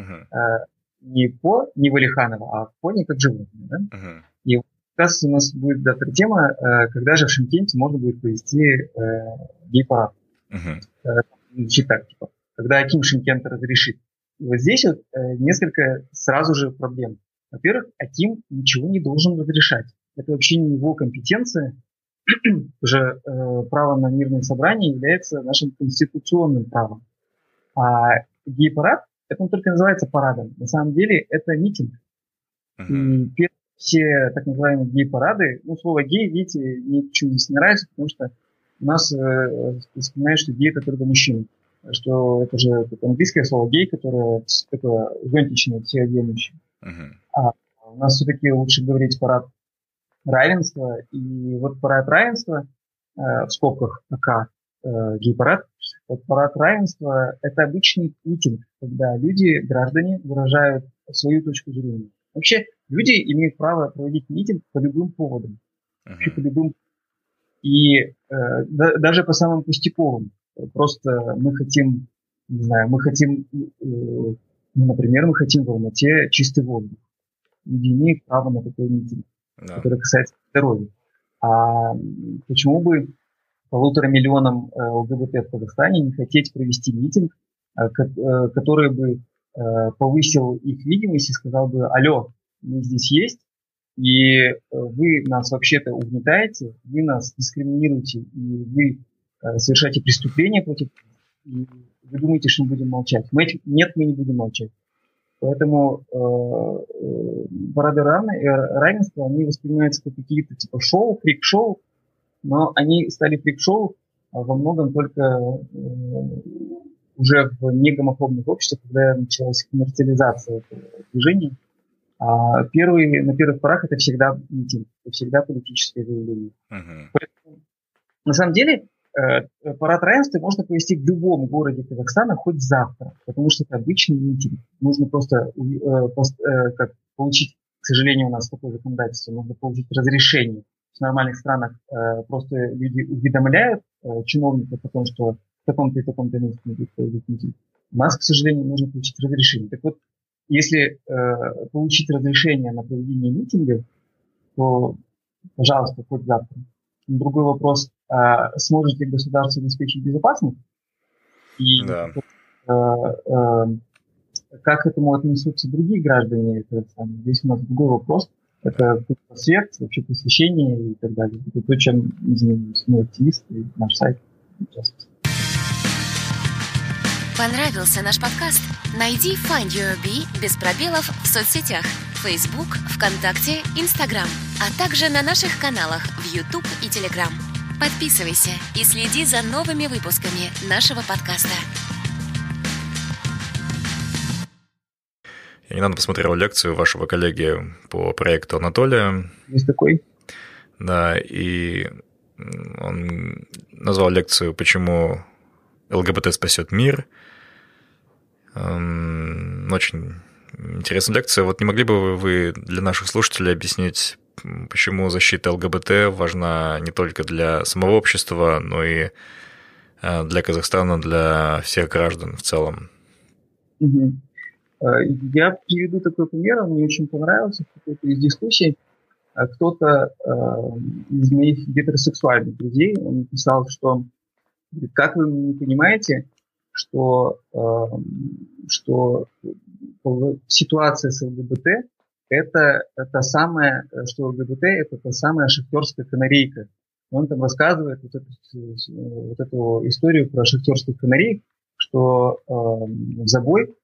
Не Валиханова, а «Пони как животное». Да? И как раз у нас будет завтра тема, когда же в Шымкенте можно будет провести гей-парад. Звучит так, типа, когда Аким Шымкента разрешит. И вот здесь вот несколько сразу же проблем. Во-первых, Аким ничего не должен разрешать. Это вообще не его компетенция. Уже право на мирное собрание является нашим конституционным правом. А гей-парад, это он только называется парадом. На самом деле это митинг. И все так называемые гей-парады, слово гей, видите, ничего здесь не нравится, потому что у нас вспоминают, что гей это только мужчина. Что это же английское слово гей, которое такое зонтичное, всеобъемлющее. А у нас все-таки лучше говорить парад равенства. И вот парад равенства, в скобках АК, гей-парад, вот парад равенства – это обычный митинг, когда люди, граждане, выражают свою точку зрения. Вообще, люди имеют право проводить митинг по любым поводам. Вообще по любым. И даже по самым пустяковым. Просто мы хотим, не знаю, например, мы хотим в Алмате чистый воздух. Люди имеют право на такой митинг, который касается здоровья. А почему бы 1,5 миллионам ЛГБТ в Казахстане не хотеть провести митинг, который бы повысил их видимость и сказал бы: алло, мы здесь есть, и вы нас вообще-то угнетаете, вы нас дискриминируете, и вы совершаете преступления против нас, и вы думаете, что мы будем молчать. Нет, мы не будем молчать. Поэтому парады равенства, они воспринимаются как какие-то типа шоу, фрик-шоу, но они стали фрик-шоу во многом только уже в негомофобных обществах, когда началась коммерциализация этого движения. А на первых порах это всегда митинг, это всегда политическое заявление. Поэтому, на самом деле, парад равенства можно провести в любом городе Казахстана хоть завтра, потому что это обычный митинг. Нужно просто получить, к сожалению, у нас такое законодательство, нужно получить разрешение. В нормальных странах просто люди уведомляют чиновников о том, что в таком-то и таком-то месте будет проводить митинг. У нас, к сожалению, нужно получить разрешение. Так вот, если получить разрешение на проведение митинга, то, пожалуйста, хоть завтра. Другой вопрос: сможет ли государство обеспечить безопасность? И как к этому отнесутся другие граждане? Здесь у нас другой вопрос. Это просвет, вообще просвещение и так далее. Это то, чем занимаемся мы, активисты, и наш сайт. Понравился наш подкаст? Найди Find Your Bee без пробелов в соцсетях: Facebook, ВКонтакте, Instagram, а также на наших каналах в YouTube и Telegram. Подписывайся и следи за новыми выпусками нашего подкаста. Я недавно посмотрел лекцию вашего коллеги по проекту Анатолия. Есть такой? Да, и он назвал лекцию «Почему ЛГБТ спасет мир». Очень интересная лекция. Вот не могли бы вы для наших слушателей объяснить, почему защита ЛГБТ важна не только для самого общества, но и для Казахстана, для всех граждан в целом? Я приведу такой пример, он мне очень понравился в какой-то из дискуссий. Кто-то из моих гетеросексуальных друзей, он писал, что как вы не понимаете, что ситуация с ЛГБТ это та самая, что ЛГБТ это та самая шахтерская канарейка. Он там рассказывает вот эту историю про шахтерских канареек, что в забой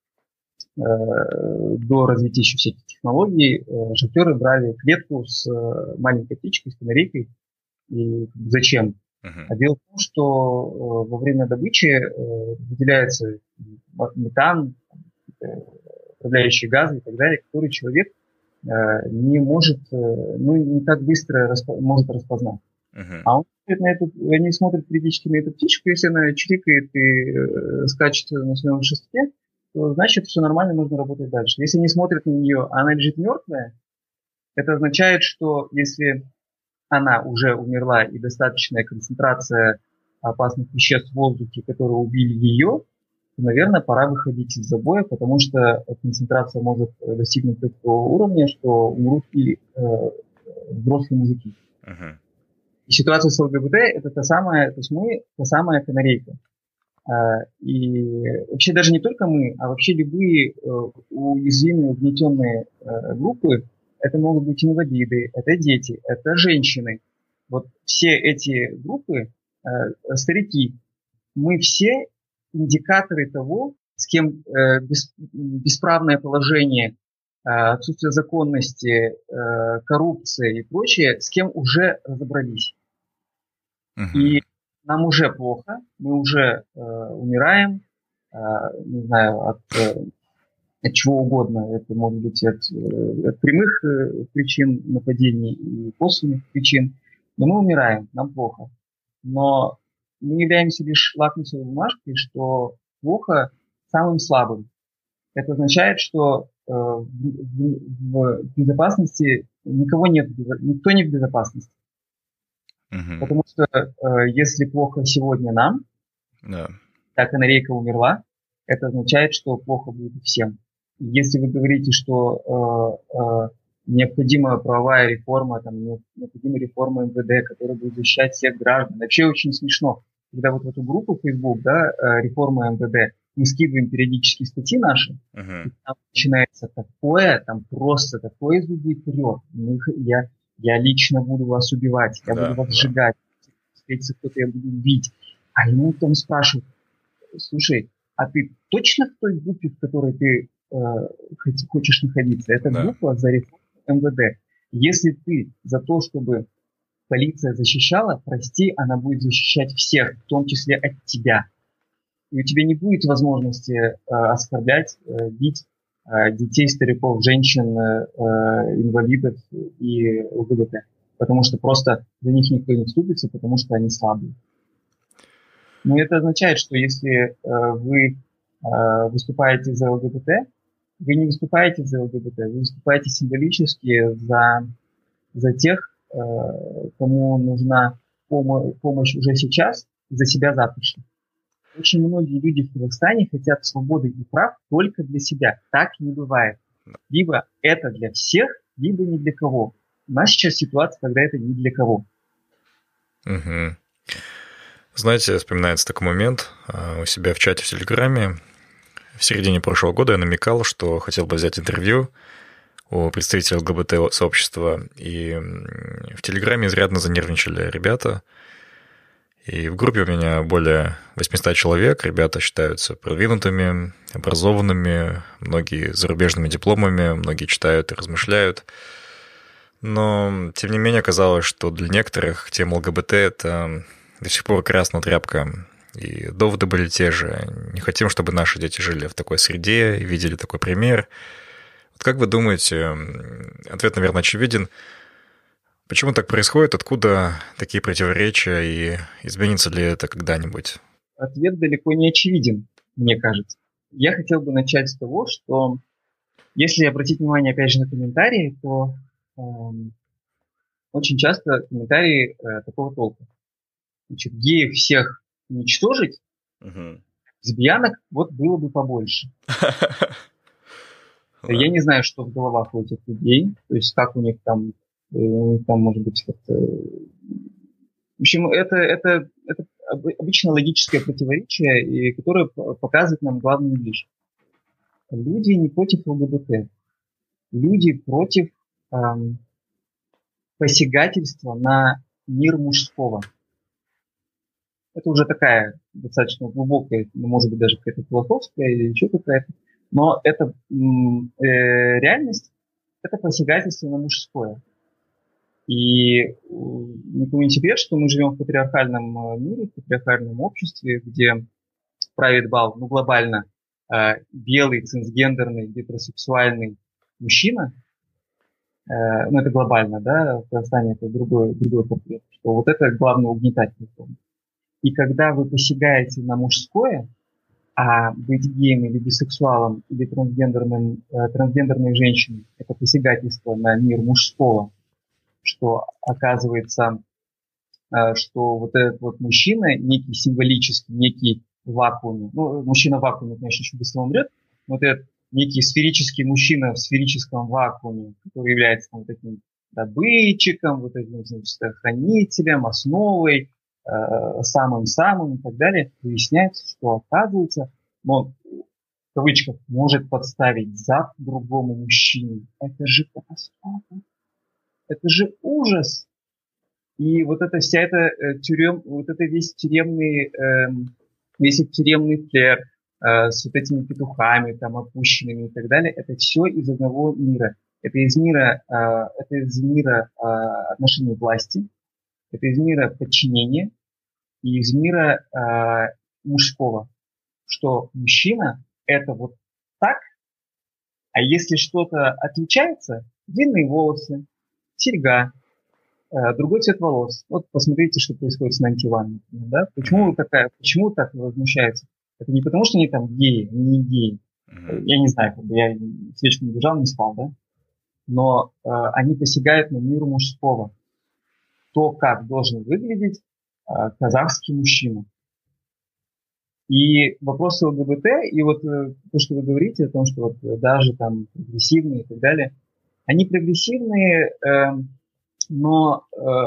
до развития еще всяких технологий шахтеры брали клетку с маленькой птичкой, с канарейкой. И зачем? А дело в том, что во время добычи выделяется метан, отравляющие газы и так далее, которые человек не может, не так быстро может распознать. А он смотрит на они смотрят периодически на эту птичку, если она чирикает и скачет на своем шестке, то значит все нормально, нужно работать дальше. Если не смотрят на нее, а она лежит мертвая, это означает, что если она уже умерла и достаточная концентрация опасных веществ в воздухе, которые убили ее, то, наверное, пора выходить из забоя, потому что концентрация может достигнуть такого уровня, что умрут и взрослые мужики. Uh-huh. И ситуация с ЛГБТ – это та самая, то есть мы та самая канарейка. И вообще даже не только мы, а вообще любые уязвимые, угнетенные группы, это могут быть инвалиды, это дети, это женщины. Вот все эти группы, старики, мы все индикаторы того, с кем бесправное положение, отсутствие законности, коррупция и прочее, с кем уже разобрались. Uh-huh. И нам уже плохо, мы уже умираем, не знаю, от чего угодно. Это может быть от прямых причин нападений и косвенных причин. Но мы умираем, нам плохо. Но мы являемся лишь лакмусовой бумажкой, что плохо самым слабым. Это означает, что в безопасности никто не в безопасности. Uh-huh. Потому что если плохо сегодня нам, та канарейка умерла, это означает, что плохо будет всем. Если вы говорите, что необходима правовая реформа, там, необходима реформа МВД, которая будет защищать всех граждан. Вообще очень смешно, когда вот в эту группу Facebook, да, реформа МВД, мы скидываем периодически статьи наши, Uh-huh. и там начинается такое, там просто такое из людей вперед. Я лично буду вас убивать, я буду вас сжигать, если кто-то я буду бить. А ему там спрашивают: слушай, а ты точно в той группе, в которой ты хочешь находиться? Это группа за реформу МВД. Если ты за то, чтобы полиция защищала, прости, она будет защищать всех, в том числе от тебя. И у тебя не будет возможности оскорблять, бить детей, стариков, женщин, инвалидов и ЛГБТ. Потому что просто за них никто не вступится, потому что они слабые. Но это означает, что если вы выступаете за ЛГБТ, вы не выступаете за ЛГБТ, вы выступаете символически за тех, кому нужна помощь уже сейчас, за себя завтрашних. Очень многие люди в Казахстане хотят свободы и прав только для себя. Так не бывает. Либо это для всех, либо ни для кого. У нас сейчас ситуация, когда это ни для кого. Угу. Знаете, вспоминается такой момент у себя в чате в Телеграме. В середине прошлого года я намекал, что хотел бы взять интервью у представителей ЛГБТ-сообщества. И в Телеграме изрядно занервничали ребята. И в группе у меня более 800 человек. Ребята считаются продвинутыми, образованными, многие с зарубежными дипломами, многие читают и размышляют. Но, тем не менее, оказалось, что для некоторых тема ЛГБТ – это до сих пор красная тряпка. И доводы были те же. Не хотим, чтобы наши дети жили в такой среде и видели такой пример. Вот как вы думаете, ответ, наверное, очевиден, почему так происходит, откуда такие противоречия и изменится ли это когда-нибудь? Ответ далеко не очевиден, мне кажется. Я хотел бы начать с того, что если обратить внимание, опять же, на комментарии, то очень часто комментарии такого толка. Значит, геев всех уничтожить, лесбиянок вот было бы побольше. Я не знаю, что в головах у этих людей, то есть как у них там может быть как-то... В общем, это обычно логическое противоречие, и которое показывает нам главную вещь. Люди не против ЛГБТ. Люди против посягательства на мир мужского. Это уже такая достаточно глубокая, может быть, даже какая-то философская или еще какая-то. Но это реальность, это посягательство на мужское. И никому не секрет, что мы живем в патриархальном мире, в патриархальном обществе, где правит бал, глобально, белый, цисгендерный, гетеросексуальный мужчина. Это глобально, да, в Казахстане это другой портрет, что вот это главный угнетатель. И когда вы посягаете на мужское, а быть геем или бисексуалом, или трансгендерной женщиной – это посягательство на мир мужского, что оказывается, что вот этот вот мужчина, некий символический, некий в вакууме, ну, мужчина в вакууме, конечно, еще быстро умрет, но вот этот некий сферический мужчина в сферическом вакууме, который является там, таким добытчиком, вот этим, значит, хранителем, основой, самым-самым и так далее, выясняется, что оказывается, он, в кавычках, может подставить зад другому мужчине. Это же катастрофа. Это же ужас. И вот эта вся эта вот это весь тюремный флер с вот этими петухами там опущенными и так далее, это все из одного мира. Это из мира отношений власти, это из мира подчинения и из мира мужского. Что мужчина это вот так, а если что-то отличается, длинные волосы, серьга, другой цвет волос. Вот посмотрите, что происходит с Нанти Ван. Да? Почему так возмущаются? Это не потому, что они там геи, они не геи. Я не знаю, как бы я свечку не держал, не спал, да? Но они посягают на мир мужского. То, как должен выглядеть казахский мужчина. И вопросы ЛГБТ, и вот то, что вы говорите о том, что вот даже там прогрессивные и так далее, они прогрессивные, но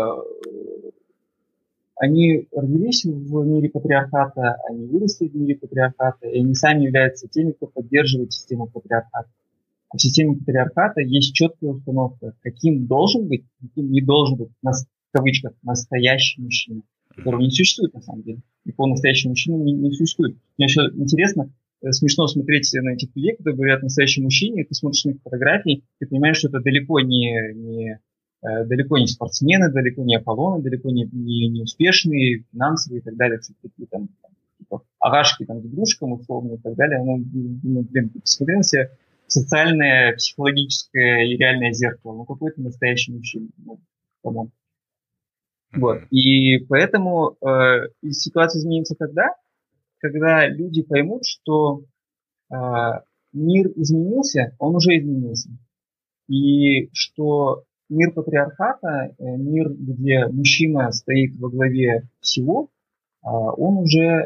они родились в мире патриархата, они выросли в мире патриархата, и они сами являются теми, кто поддерживает систему патриархата. А в системе патриархата есть четкая установка, каким должен быть, каким не должен быть, в кавычках, настоящий мужчина, которого не существует на самом деле. Никакого настоящего мужчины не существует. Мне еще интересно, смешно смотреть на этих людей, которые говорят настоящий мужчине, и ты смотришь на их фотографии, ты понимаешь, что это далеко не спортсмены, далеко не Аполлоны, далеко не успешные, финансовые и так далее, такие там типа агашки там, игрушкам условно и так далее. Посмотри на себя социальное, психологическое и реальное зеркало. Ну, какой-то настоящий мужчина. По-моему. Вот. И поэтому ситуация изменится когда люди поймут, что мир изменился, он уже изменился. И что мир патриархата, мир, где мужчина стоит во главе всего, он уже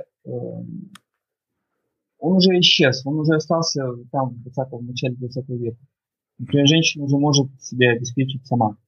исчез, он уже остался там в начале 20 века. Например, женщина уже может себя обеспечить сама.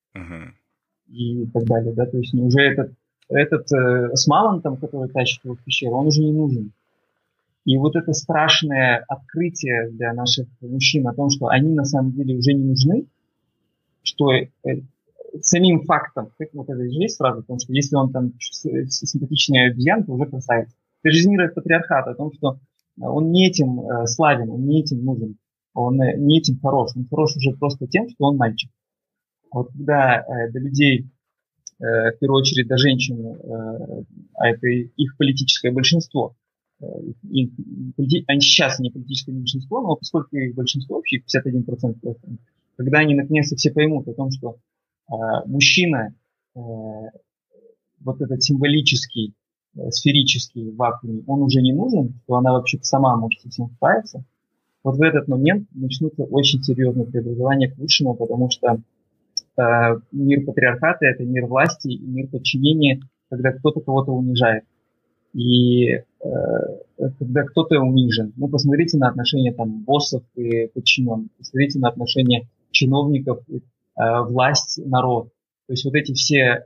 И так далее, да, то есть уже этот с мамонтом, который тащит его в пещеру, он уже не нужен. И вот это страшное открытие для наших мужчин о том, что они на самом деле уже не нужны, что самим фактом, как вот это же есть фраза о том, что если он там симпатичный обезьян, то уже красавец. Это же из мира патриархата, о том, что он не этим славен, он не этим нужен, он не этим хорош. Он хорош уже просто тем, что он мальчик. Вот когда до людей, в первую очередь до женщин, а это их политическое большинство, они сейчас не политическое большинство, но поскольку их большинство, вообще 51%, когда они наконец-то все поймут о том, что мужчина, вот этот символический, сферический вакуум, он уже не нужен, то она вообще-то сама может с этим справиться, вот в этот момент начнутся очень серьезные преобразования к лучшему, потому что мир патриархата – это мир власти и мир подчинения, когда кто-то кого-то унижает. И когда кто-то унижен. Ну, посмотрите на отношения там боссов и подчиненных. Посмотрите на отношения чиновников, власть, народ. То есть вот эти все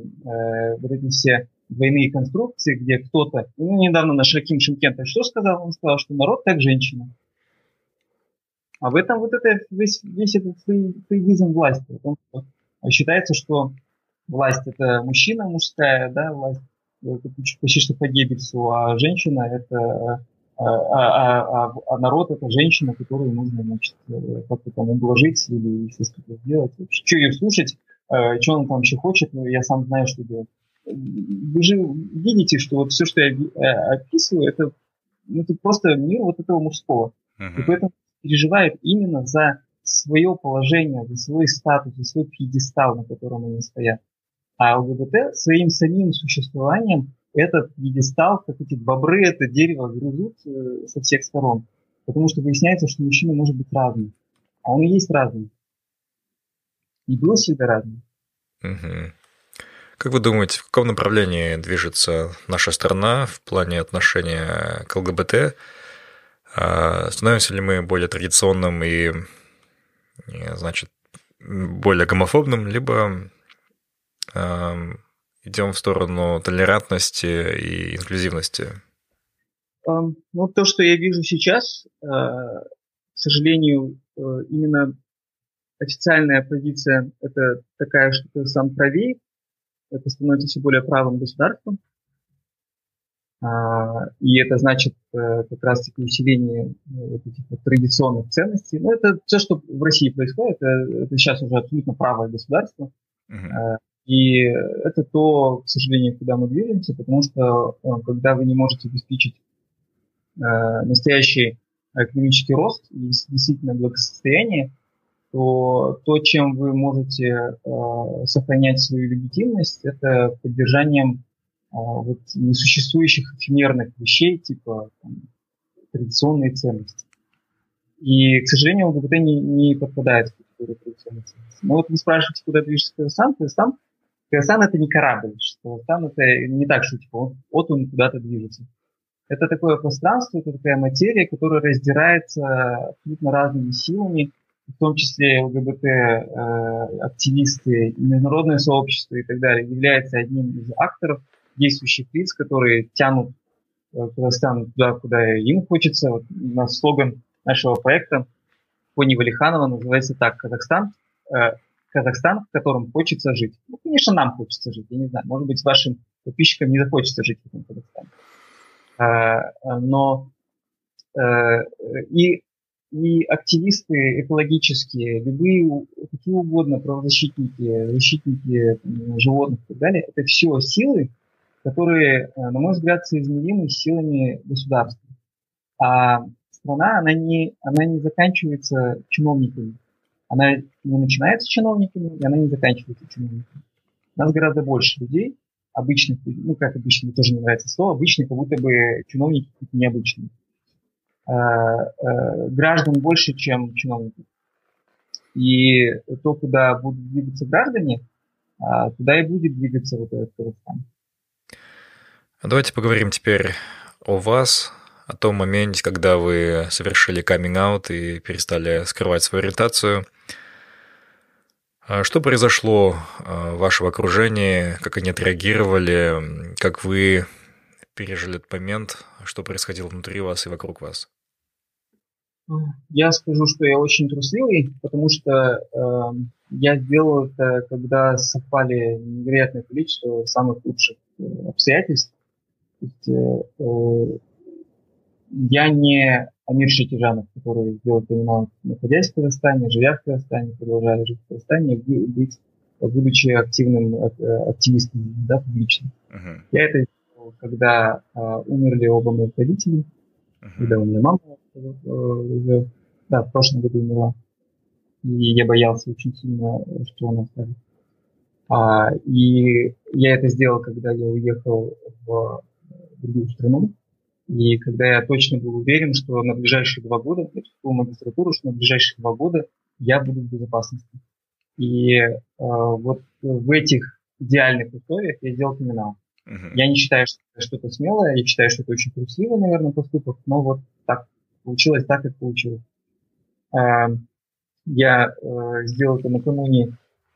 двойные конструкции, где кто-то... Ну, недавно наш Раким Шимкент что сказал? Он сказал, что народ как женщина. А в этом вот это весь этот фрейдизм власти. Потому что считается, что власть это мужчина, мужская, да, власть почти что по Геббельсу, а женщина это а народ это женщина, которую нужно, значит, как-то там ублажить или еще что-то сделать. Что ее слушать, что он там вообще хочет, но я сам знаю, что делать. Вы же видите, что вот все, что я описываю, это просто мир вот этого мужского. И поэтому переживают именно за свое положение, за свой статус, за свой пьедестал, на котором они стоят. А ЛГБТ своим самим существованием этот пьедестал, как эти бобры, это дерево грызут со всех сторон. Потому что выясняется, что мужчина может быть разным. А он и есть разный. И был всегда разный. Мгм. Как вы думаете, в каком направлении движется наша страна в плане отношения к ЛГБТ? Становимся ли мы более традиционным значит, более гомофобным, либо идем в сторону толерантности и инклюзивности? Ну, то, что я вижу сейчас, к сожалению, именно официальная позиция – это такая, что ты сам правее, это становится все более правым государством. И это значит как раз-таки усиление вот этих вот традиционных ценностей. Ну, это все, что в России происходит, это сейчас уже абсолютно правое государство. И это то, к сожалению, куда мы движемся, потому что когда вы не можете обеспечить настоящий экономический рост и действительно благосостояние, то, чем вы можете сохранять свою легитимность, это поддержанием вот несуществующих эфемерных вещей, типа традиционные ценности. И, к сожалению, ЛГБТ не подпадает в категорию традиционных ценностей. Но вот вы спрашиваете, куда движется Казахстан. Казахстан это не корабль. Казахстан это не так, что типа вот он куда-то движется. Это такое пространство, это такая материя, которая раздирается абсолютно разными силами, в том числе ЛГБТ, активисты, международное сообщество и так далее, является одним из акторов, действующих лиц, которые тянут Казахстан туда, куда им хочется. Вот у нас слоган нашего проекта Кони Валиханова называется так: Казахстан, в котором хочется жить. Ну, конечно, нам хочется жить, я не знаю, может быть, вашим подписчикам не захочется жить в этом Казахстане. Но и активисты экологические, любые, какие угодно правозащитники, защитники животных и так далее, это все силы, которые, на мой взгляд, соизмеримы с силами государства. А страна, она не заканчивается чиновниками. Она не начинается чиновниками, и она не заканчивается чиновниками. У нас гораздо больше людей, обычных, ну как обычно, мне тоже не нравится слово, обычные, как будто бы чиновники какие-то необычные. Граждан больше, чем чиновников. И то, куда будут двигаться граждане, туда и будет двигаться вот этот Казахстан. Давайте поговорим теперь о вас, о том моменте, когда вы совершили каминг-аут и перестали скрывать свою ориентацию. Что произошло в вашем окружении, как они отреагировали, как вы пережили этот момент, что происходило внутри вас и вокруг вас? Я скажу, что я очень трусливый, потому что я сделал это, когда совпали невероятное количество самых лучших обстоятельств. То есть, я не Амир Шакижанов, который сделал криминал, находясь в Казахстане, живя в Казахстане, продолжая жить в Казахстане, будучи активным активистом, да, публичным. Я это сделал, когда умерли оба моих родителей, когда у меня мама уже, да, в прошлом году умерла. И я боялся очень сильно, что она скажет. И я это сделал, когда я уехал в другую страну. И когда я точно был уверен, что на ближайшие 2 года, я поступил в магистратуру, что на ближайшие 2 года я буду в безопасности. И вот в этих идеальных условиях я сделал криминал. Я не считаю, что это что-то смелое, я считаю, что это очень красивый, наверное, поступок, но вот так получилось, так как получилось. Я сделал это накануне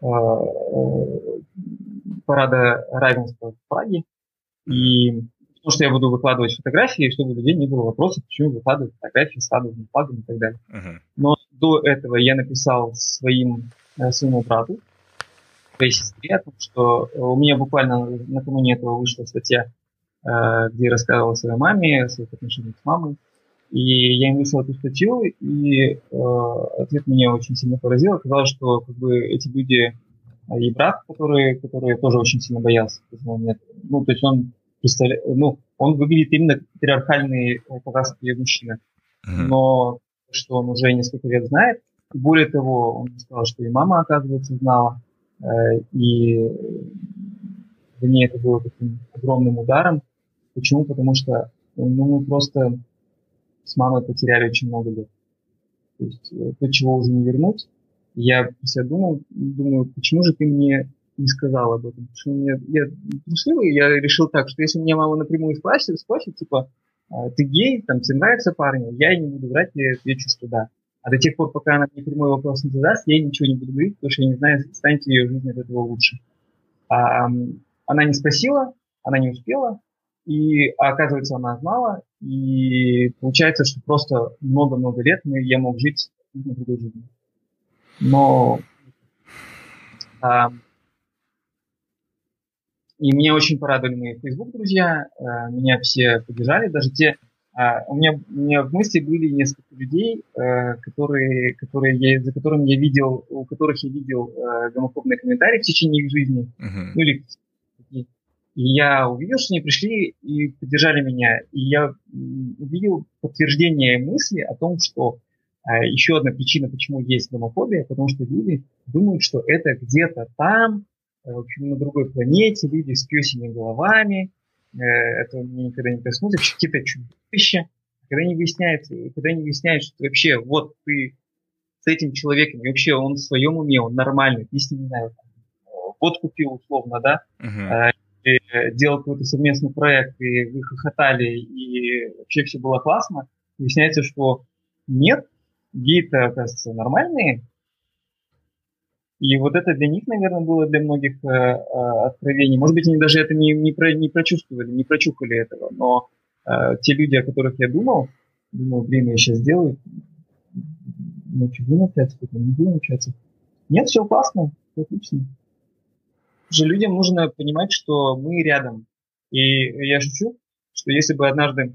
парада равенства в Праге, и потому что я буду выкладывать фотографии, и чтобы у людей не было вопросов, почему выкладывать фотографии с радужным флагом и так далее. Но до этого я написал своему брату, своей сестре, о том, что у меня буквально накануне этого вышла статья, где я рассказывал о своей маме, о своих отношениях с мамой. И я им выслал эту статью, и ответ меня очень сильно поразил. Оказалось, что как бы эти люди, и брат, который тоже очень сильно боялся в этот момент. Ну, то есть он выглядит именно как патриархальный казахский мужчина. Но что он уже несколько лет знает. И более того, он сказал, что и мама, оказывается, знала. И для меня это было таким огромным ударом. Почему? Потому что мы просто с мамой потеряли очень много лет. То есть то, чего уже не вернуть. Я себя думаю, почему же ты мне не сказал об этом. Потому что я трусливый, я решил так, что если меня мама напрямую спросит, типа, ты гей, там, тебе нравятся парни, я ей не буду врать, я отвечу, что да. А до тех пор, пока она мне прямой вопрос не задаст, я ей ничего не буду говорить, потому что я не знаю, станет ли ее жизнь от этого лучше. Она не спросила, она не успела, а оказывается, она знала, и получается, что просто много-много лет я мог жить другой жизнью. Но и меня очень порадовали мои Facebook друзья, меня все поддержали, даже те, у меня в мысли были несколько людей, за которыми я видел, у которых я видел гомофобные комментарии в течение их жизни, ну или и я увидел, что они пришли и поддержали меня, и я увидел подтверждение мысли о том, что еще одна причина, почему есть гомофобия, потому что люди думают, что это где-то там, в общем, на другой планете, люди с пёсьими головами, это мне никогда не коснуться, какие-то чудовища. Когда не выясняют, что вообще вот ты с этим человеком, и вообще он в своем уме, он нормальный, ты с ним, не знаю, вот купил условно, да, делал какой-то совместный проект, и вы хохотали, и вообще все было классно, выясняется, что нет, геи-то, оказывается, нормальные. И вот это для них, наверное, было для многих откровений. Может быть, они даже это не прочувствовали, не прочухали этого. Но те люди, о которых я думал, блин, я сейчас сделаю, буду общаться, потом не буду общаться. Нет, все классно, все отлично. Же людям нужно понимать, что мы рядом. И я шучу, что если бы однажды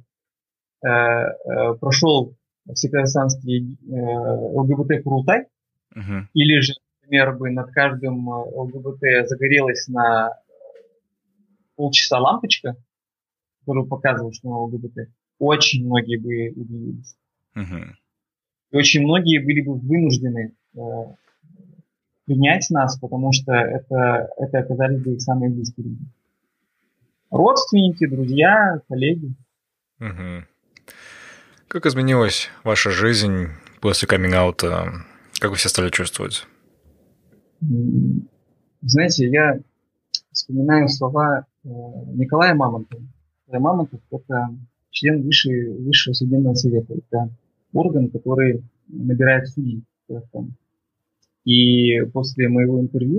прошел всеказахстанский ЛГБТ-курултай, или же, например, бы над каждым ЛГБТ загорелась на полчаса лампочка, которая показывала, что мы ЛГБТ, очень многие бы удивились. И очень многие были бы вынуждены принять нас, потому что это оказались бы их самые близкие люди. Родственники, друзья, коллеги. Как изменилась ваша жизнь после каминг-аута? Как вы себя стали чувствовать? Знаете, я вспоминаю слова Николая Мамонтова. Николай Мамонтов – это член Высшего судебного совета. Это орган, который набирает судей. И после моего интервью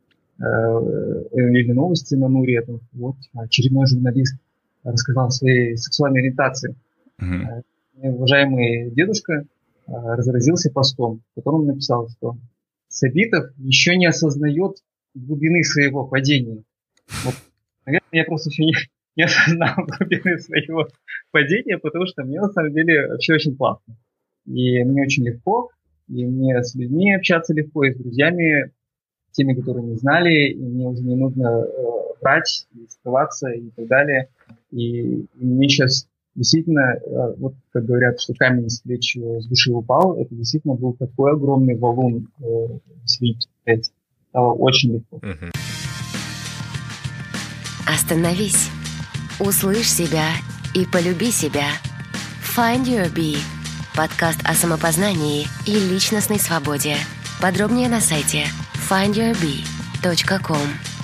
или новости на Нуре, вот очередной журналист рассказал о своей сексуальной ориентации. Уважаемый дедушка разразился постом, в котором он написал, что Сабитов еще не осознает глубины своего падения. Вот, наверное, я просто еще не осознал глубины своего падения, потому что мне на самом деле вообще очень классно. И мне очень легко, и мне с людьми общаться легко, и с друзьями, теми, которые не знали, и мне уже не нужно врать, и скрываться и так далее. И мне сейчас действительно, вот как говорят, что камень с плеч с души упал, это действительно был такой огромный валун свить. Стало очень легко. Остановись, услышь себя и полюби себя. Find Your Bee. Подкаст о самопознании и личностной свободе. Подробнее на сайте findyourbee.com.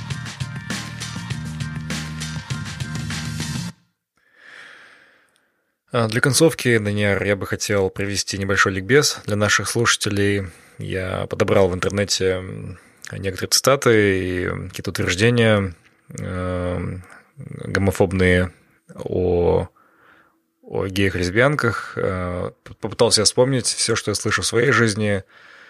Для концовки, Данияр, я бы хотел привести небольшой ликбез для наших слушателей. Я подобрал в интернете некоторые цитаты и какие-то утверждения гомофобные о геях и лесбиянках. Попытался я вспомнить все, что я слышу в своей жизни.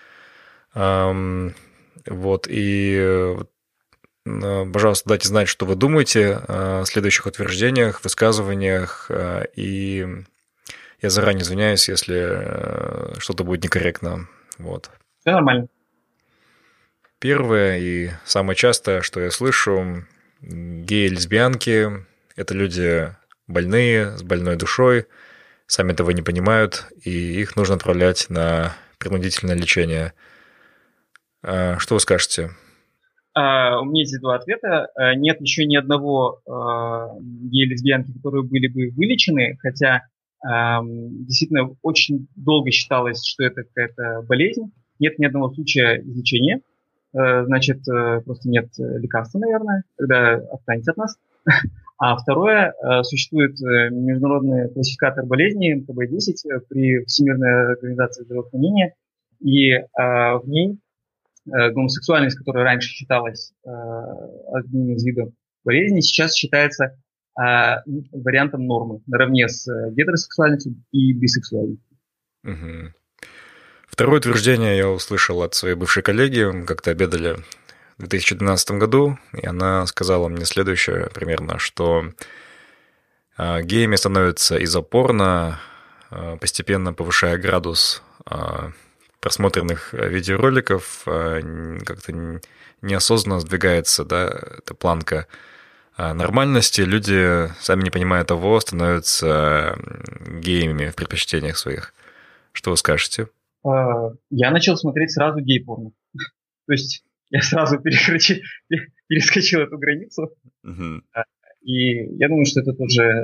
Вот, и, пожалуйста, дайте знать, что вы думаете о следующих утверждениях, высказываниях, и я заранее извиняюсь, если что-то будет некорректно. Вот. Все нормально. Первое и самое частое, что я слышу, геи и лесбиянки – это люди больные, с больной душой, сами этого не понимают, и их нужно отправлять на принудительное лечение. Что вы скажете? У меня есть два ответа. Нет еще ни одного гея-лесбиянки, которые были бы вылечены, хотя действительно очень долго считалось, что это какая-то болезнь. Нет ни одного случая излечения. значит, просто нет лекарства, наверное, когда отстанете от нас. А второе, существует международный классификатор болезней МКБ-10 при Всемирной организации здравоохранения, и в ней гомосексуальность, которая раньше считалась одним из видов болезни, сейчас считается вариантом нормы, наравне с гетеросексуальностью и бисексуальностью. Угу. Второе утверждение я услышал от своей бывшей коллеги, как-то обедали в 2012 году, и она сказала мне следующее примерно, что геями становятся из-за порно, постепенно повышая градус просмотренных видеороликов, как-то неосознанно сдвигается, да, эта планка нормальности, люди, сами не понимая того, становятся геями в предпочтениях своих. Что вы скажете? Я начал смотреть сразу гей-порно. То есть я сразу перескочил эту границу. Uh-huh. И я думаю, что это тоже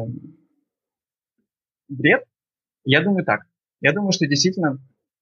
бред. Я думаю так. Я думаю, что действительно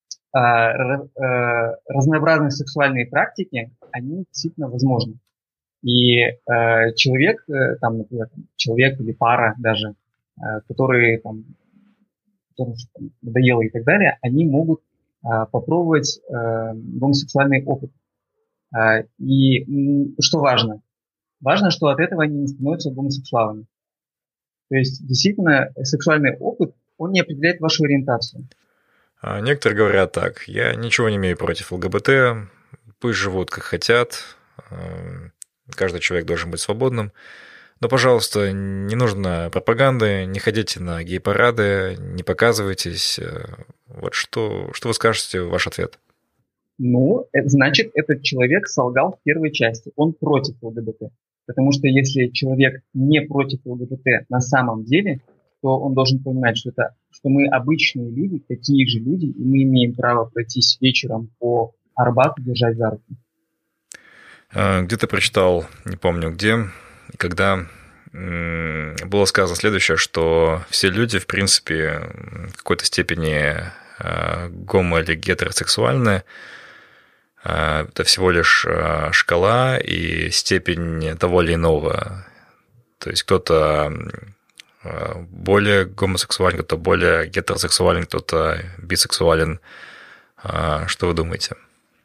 разнообразные сексуальные практики, они действительно возможны. И человек, там, например, человек или пара даже, которые там, которым надоело и так далее, они могут попробовать гомосексуальный опыт. И что важно? Важно, что от этого они не становятся гомосексуалами. То есть, действительно, сексуальный опыт, он не определяет вашу ориентацию. Некоторые говорят так: я ничего не имею против ЛГБТ, пусть живут как хотят, каждый человек должен быть свободным. Но, пожалуйста, не нужно пропаганды, не ходите на гей-парады, не показывайтесь. Вот что вы скажете, ваш ответ? Ну, значит, этот человек солгал в первой части. Он против ЛГБТ. Потому что если человек не против ЛГБТ на самом деле, то он должен понимать, что мы обычные люди, такие же люди, и мы имеем право пройтись вечером по Арбату, держать за руку. Где-то прочитал, не помню где, когда было сказано следующее, что все люди, в принципе, в какой-то степени гомо- или гетеросексуальны. Это всего лишь шкала и степень того или иного. То есть кто-то более гомосексуален, кто-то более гетеросексуален, кто-то бисексуален. Что вы думаете?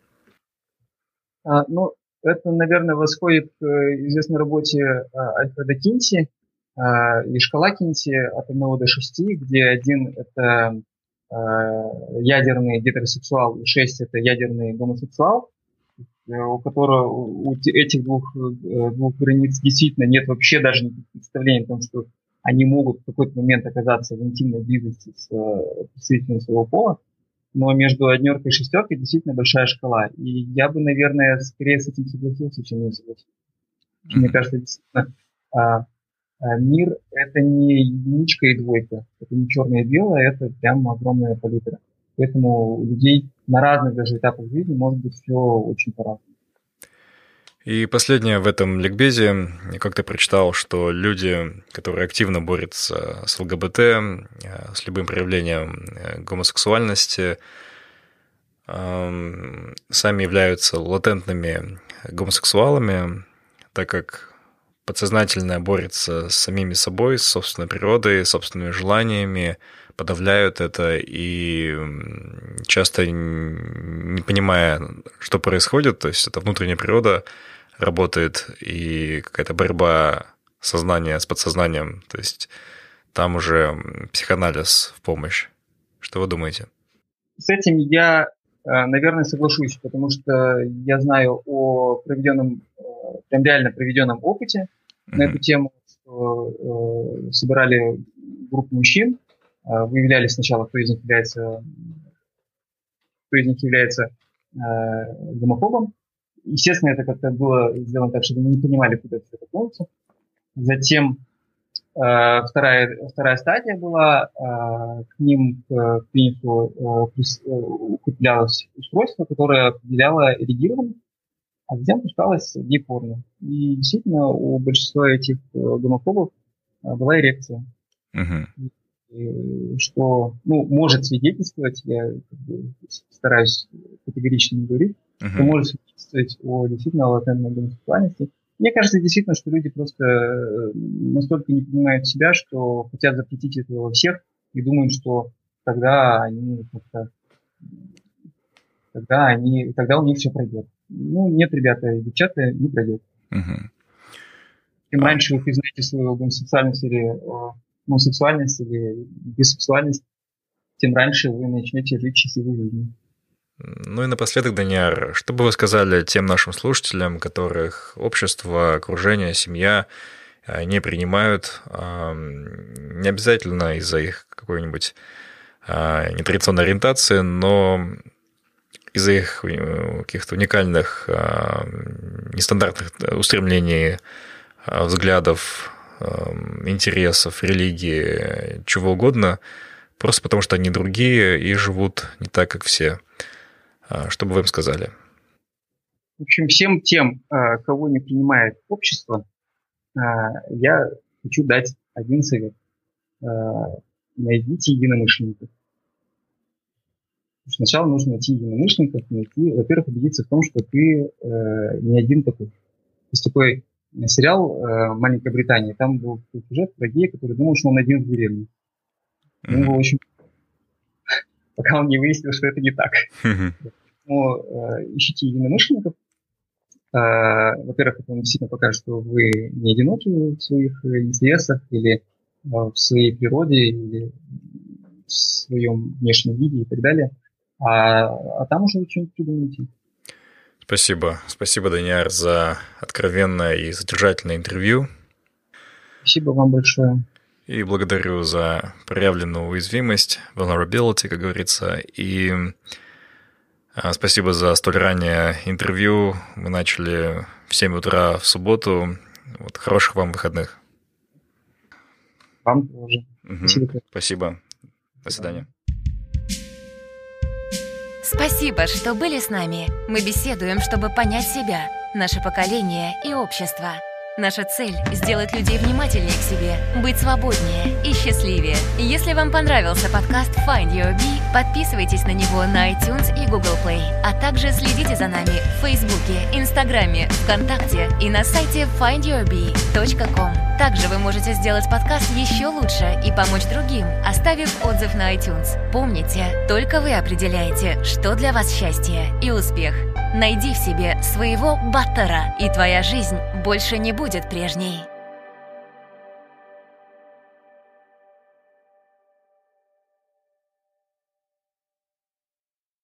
Ну, это, наверное, восходит к известной работе Альфреда Кинси и шкала Кинси от 1 до 6, где 1 – это ядерный гетеросексуал, и 6 – это ядерный гомосексуал, у которого у этих двух границ действительно нет вообще даже никаких представлений о том, что они могут в какой-то момент оказаться в интимной близости с представителем своего пола. Но между 1 и 6 действительно большая шкала. И я бы, наверное, скорее с этим согласился, чем не согласился. Мне кажется, действительно, мир – это не единичка и двойка. Это не черное и белое, это прям огромная палитра. Поэтому у людей на разных даже этапах жизни может быть все очень по-разному. И последнее в этом ликбезе. Я как-то прочитал, что люди, которые активно борются с ЛГБТ, с любым проявлением гомосексуальности, сами являются латентными гомосексуалами, так как подсознательно борются с самими собой, с собственной природой, с собственными желаниями, подавляют это и часто не понимая, что происходит, то есть это внутренняя природа работает и какая-то борьба сознания с подсознанием, то есть там уже психоанализ в помощь. Что вы думаете? С этим я, наверное, соглашусь, потому что я знаю о проведенном, прям реально проведенном опыте на эту тему, что собирали группу мужчин, выявляли сначала, кто из них является гомофобом. Естественно, это как-то было сделано так, чтобы мы не понимали, куда это относится. Затем вторая стадия была, к ним к пенису укреплялось устройство, которое определяло эрегирование, а затем пускалось гей-порно. И действительно у большинства этих гомофобов была эрекция. Что может свидетельствовать, я стараюсь категорично не говорить, что может свидетельствовать свидетельствовать о действительно латентной гомосексуальности. Мне кажется, действительно, что люди просто настолько не понимают себя, что хотят запретить это во всех и думают, что тогда они как-то тогда у них все пройдет. Ну, нет, ребята и девчата, не пройдет. Чем раньше вы признаете свою гомосексуальность или сексуальность или бисексуальность, тем раньше вы начнете жить счастливой жизнью. Ну и напоследок, Данияр, что бы вы сказали тем нашим слушателям, которых общество, окружение, семья не принимают, не обязательно из-за их какой-нибудь нетрадиционной ориентации, но из-за их каких-то уникальных, нестандартных устремлений, взглядов, интересов, религии, чего угодно, просто потому что они другие и живут не так, как все. Что бы вы им сказали? В общем, всем тем, кого не принимает общество, я хочу дать один совет. Найдите единомышленников. Сначала нужно найти единомышленников, во-первых, убедиться в том, что ты не один такой. Есть такой сериал «Маленькая Британия», там был сюжет про гея, который думал, что он один в деревне. Ему было очень... Пока он не выяснил, что это не так. Но ищите единомышленников. Во-первых, это действительно покажет, что вы не одиноки в своих интересах или в своей природе, или в своем внешнем виде и так далее. А там уже вы что-нибудь придумаете. Спасибо. Спасибо, Данияр, за откровенное и содержательное интервью. Спасибо вам большое. И благодарю за проявленную уязвимость, vulnerability, как говорится. И спасибо за столь раннее интервью. Мы начали в 7 утра в субботу. Вот, хороших вам выходных. Вам тоже. Спасибо. До свидания. Спасибо, что были с нами. Мы беседуем, чтобы понять себя, наше поколение и общество. Наша цель – сделать людей внимательнее к себе, быть свободнее и счастливее. Если вам понравился подкаст Find Your Bee, подписывайтесь на него на iTunes и Google Play, а также следите за нами в Фейсбуке, Инстаграме, ВКонтакте и на сайте findyourbee.com. Также вы можете сделать подкаст еще лучше и помочь другим, оставив отзыв на iTunes. Помните, только вы определяете, что для вас счастье и успех. Найди в себе своего баттера, и твоя жизнь больше не будет прежней.